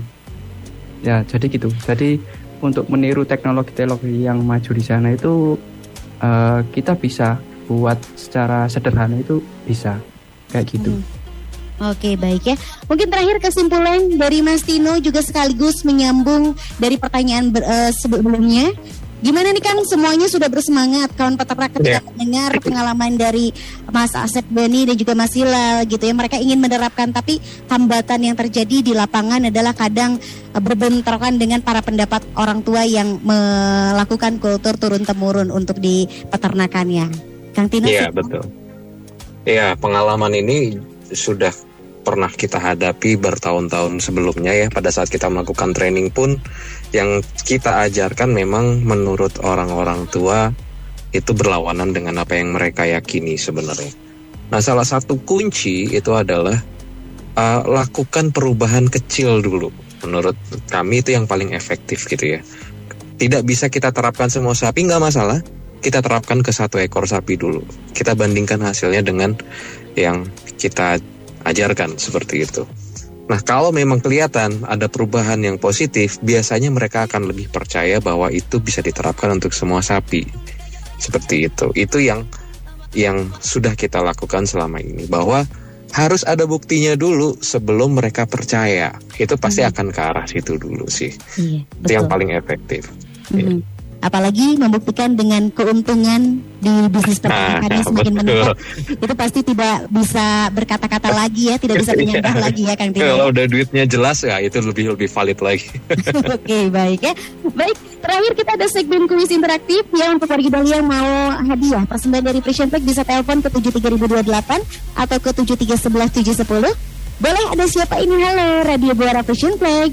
Ya, jadi gitu. Jadi untuk meniru teknologi-teknologi yang maju di sana itu uh, kita bisa buat secara sederhana itu bisa kayak gitu. Hmm. Oke, baik ya. Mungkin terakhir kesimpulan dari Mas Tino juga sekaligus menyambung dari pertanyaan ber, uh, sebelumnya. Gimana nih Kang, semuanya sudah bersemangat kawan peternak ketika yeah. mendengar pengalaman dari Mas Asep Dhani dan juga Mas Hilal gitu ya. Mereka ingin menerapkan tapi hambatan yang terjadi di lapangan adalah kadang uh, berbentrokan dengan para pendapat orang tua yang melakukan kultur turun temurun untuk di peternakannya. Kang Tino? Iya, yeah, betul. Iya, yeah, pengalaman ini sudah pernah kita hadapi bertahun-tahun sebelumnya ya. Pada saat kita melakukan training pun yang kita ajarkan memang menurut orang-orang tua itu berlawanan dengan apa yang mereka yakini sebenarnya. Nah, salah satu kunci itu adalah uh, lakukan perubahan kecil dulu. Menurut kami itu yang paling efektif gitu ya. Tidak bisa kita terapkan semua sapi, nggak masalah. Kita terapkan ke satu ekor sapi dulu. Kita bandingkan hasilnya dengan yang kita ajarkan seperti itu. Nah, kalau memang kelihatan ada perubahan yang positif, biasanya mereka akan lebih percaya bahwa itu bisa diterapkan untuk semua sapi. Seperti itu. Itu yang yang sudah kita lakukan selama ini, bahwa harus ada buktinya dulu sebelum mereka percaya. Itu pasti hmm. akan ke arah situ dulu sih. Iya, itu yang paling efektif. Hmm. Ya. Apalagi membuktikan dengan keuntungan di bisnis peternakannya semakin meningkat, itu pasti tidak bisa berkata-kata lagi ya, tidak bisa menyangka lagi ya Kang Tino. Kalau udah duitnya jelas ya itu lebih lebih valid lagi. Oke, okay, baik ya. Baik, terakhir kita ada segmen kuis interaktif ya untuk warga Dahlia yang mau hadiah persembahan dari Precision Flag bisa telepon ke tujuh tiga nol dua delapan atau ke tujuh tiga satu satu tujuh satu nol. Boleh, ada siapa ini? Halo, Radio Buara Precision Flag.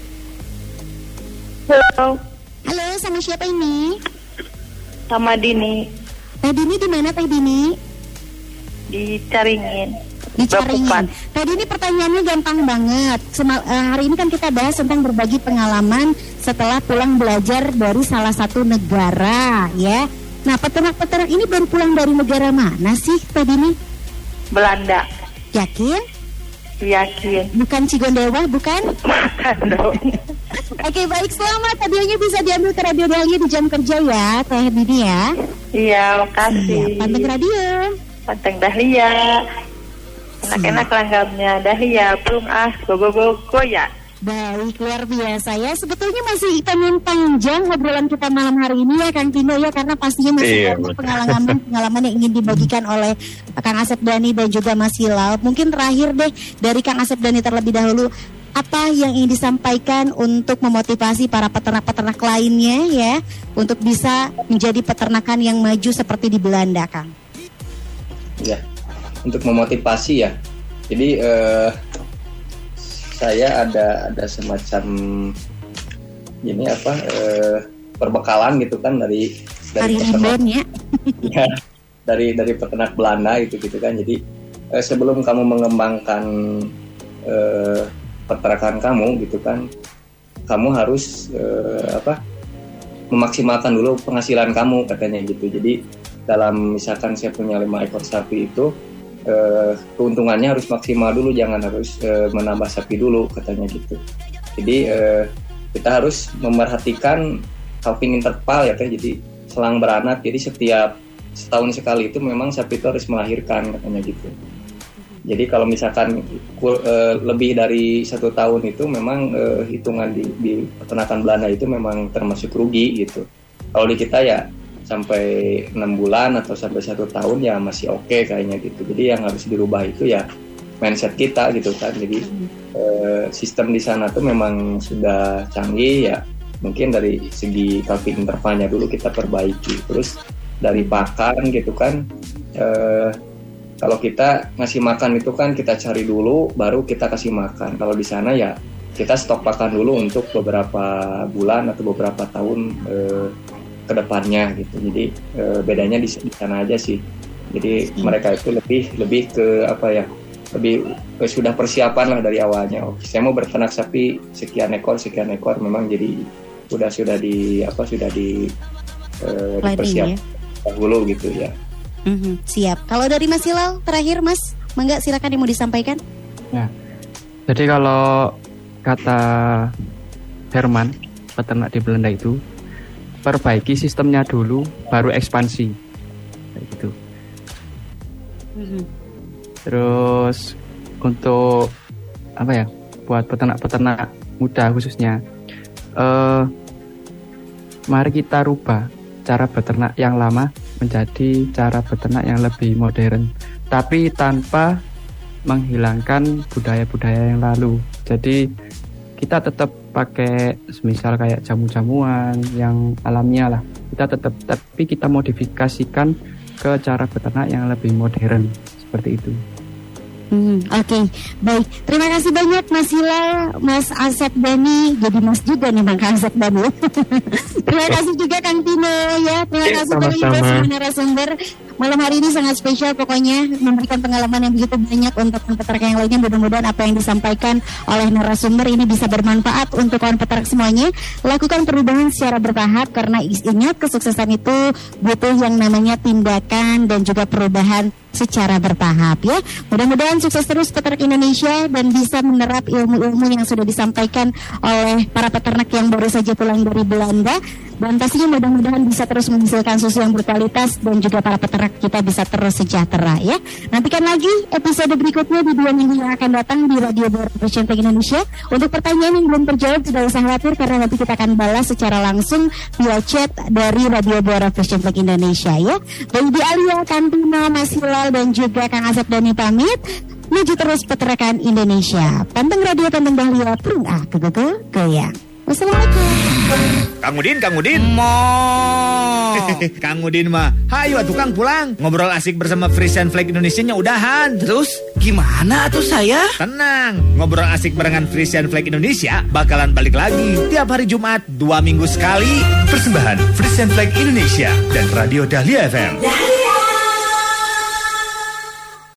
Halo. Halo, sama siapa ini? Sama Dini. Teh Dini di mana Teh Dini? Di Caringin. Di Caringin. Teh Dini pertanyaannya gampang banget. Semal, uh, hari ini kan kita bahas tentang berbagi pengalaman setelah pulang belajar dari salah satu negara, ya. Nah, peternak-peternak ini baru pulang dari negara mana sih, Teh Dini? Belanda. Yakin? Yakin. Bukan Cigondewa, bukan? Bukan dong. Oke, baik, selamat. Hadiahnya bisa diambil ke Radio Dahlia di jam kerja ya, Teh Dini ya. Iya, makasih. Ya, panteng radio. Panteng Dahlia. Enak-enak langgamnya Dahlia, Plung As, Gogo-Gogo ya. Baik, luar biasa ya. Sebetulnya masih pengen panjang ngobrolan kita malam hari ini ya Kang Tino ya, karena pastinya masih banyak iya, pengalaman-pengalaman yang ingin dibagikan oleh Kang Asep Dhani dan juga Mas Hilal. Mungkin terakhir deh dari Kang Asep Dhani terlebih dahulu, apa yang ingin disampaikan untuk memotivasi para peternak-peternak lainnya ya untuk bisa menjadi peternakan yang maju seperti di Belanda, Kang? Ya, untuk memotivasi ya. Jadi eh, saya ada ada semacam ini apa eh, perbekalan gitu kan dari dari peternak ya. ya dari dari peternak Belanda gitu gitu kan. Jadi eh, sebelum kamu mengembangkan eh, peternakan kamu gitu kan, kamu harus eh, apa memaksimalkan dulu penghasilan kamu katanya gitu. Jadi dalam misalkan saya punya lima ekor sapi itu eh, keuntungannya harus maksimal dulu, jangan harus eh, menambah sapi dulu katanya gitu. Jadi eh, kita harus memerhatikan calving interval ya teh, jadi selang beranak. Jadi setiap setahun sekali itu memang sapi itu harus melahirkan katanya gitu. Jadi kalau misalkan uh, lebih dari satu tahun itu memang uh, hitungan di, di peternakan Belanda itu memang termasuk rugi gitu. Kalau di kita ya sampai enam bulan atau sampai satu tahun ya masih oke okay kayaknya gitu. Jadi yang harus dirubah itu ya mindset kita gitu kan. Jadi uh, sistem di sana tuh memang sudah canggih ya. Mungkin dari segi calving intervalnya dulu kita perbaiki. Terus dari pakan gitu kan. Uh, Kalau kita ngasih makan itu kan kita cari dulu, baru kita kasih makan. Kalau di sana ya kita stok pakan dulu untuk beberapa bulan atau beberapa tahun eh, ke depannya gitu. Jadi eh, bedanya di, di sana aja sih. Jadi hmm. mereka itu lebih lebih ke apa ya? Lebih eh, sudah persiapan lah dari awalnya. Oh, saya mau berternak sapi sekian ekor, sekian ekor. Memang jadi sudah sudah di apa sudah di eh, dipersiapkan ya? dulu gitu ya. Mm-hmm, siap. Kalau dari Mas Hilal terakhir Mas, mangga silakan yang mau disampaikan. Ya. Jadi kalau kata Herman, peternak di Belanda itu, perbaiki sistemnya dulu, baru ekspansi, kayak gitu. Mm-hmm. Terus untuk apa ya, buat peternak-peternak muda khususnya, uh, mari kita rubah cara beternak yang lama menjadi cara beternak yang lebih modern, tapi tanpa menghilangkan budaya-budaya yang lalu. Jadi kita tetap pakai semisal kayak jamu-jamuan yang alamiah lah, kita tetap, tapi kita modifikasikan ke cara beternak yang lebih modern seperti itu. Hmm, Oke, okay. Baik. Terima kasih banyak Mas Hilal, Mas Asep Dani. Jadi Mas juga nih Bang Asep Dani. Terima kasih juga Kang Tino ya. Terima kasih banyak semua narasumber. Malam hari ini sangat spesial, pokoknya memberikan pengalaman yang begitu banyak untuk peternak yang lainnya. Mudah-mudahan apa yang disampaikan oleh narasumber ini bisa bermanfaat untuk kawan peternak semuanya. Lakukan perubahan secara bertahap, karena ingat kesuksesan itu butuh yang namanya tindakan dan juga perubahan secara bertahap ya. Mudah-mudahan sukses terus peternak Indonesia dan bisa menerap ilmu-ilmu yang sudah disampaikan oleh para peternak yang baru saja pulang dari Belanda. Dan pastinya mudah-mudahan bisa terus menghasilkan susu yang berkualitas dan juga para peternak kita bisa terus sejahtera ya. Nantikan lagi episode berikutnya di dua minggu yang akan datang di Radio Bora Frisian Flag Indonesia. Untuk pertanyaan yang belum terjawab tidak usah khawatir, karena nanti kita akan balas secara langsung via chat dari Radio Bora Frisian Flag Indonesia ya. Baby Alia, Kang Tino, Mas Hilal dan juga Kang Asep Dani pamit. Maju terus peternakan Indonesia. Panteng radio, panteng Dahlia, Prung A, Kegege, Goyang. Wassalamualaikum. Kang Udin, Kang Udin. Mo. Kang Udin mah, hayu atuh Kang pulang. Ngobrol asik bersama Frisian Flag Indonesia-nya udahan. Terus gimana atuh saya? Tenang, ngobrol asik barengan Frisian Flag Indonesia bakalan balik lagi tiap hari Jumat dua minggu sekali. Persembahan Frisian Flag Indonesia dan Radio Dahlia F M.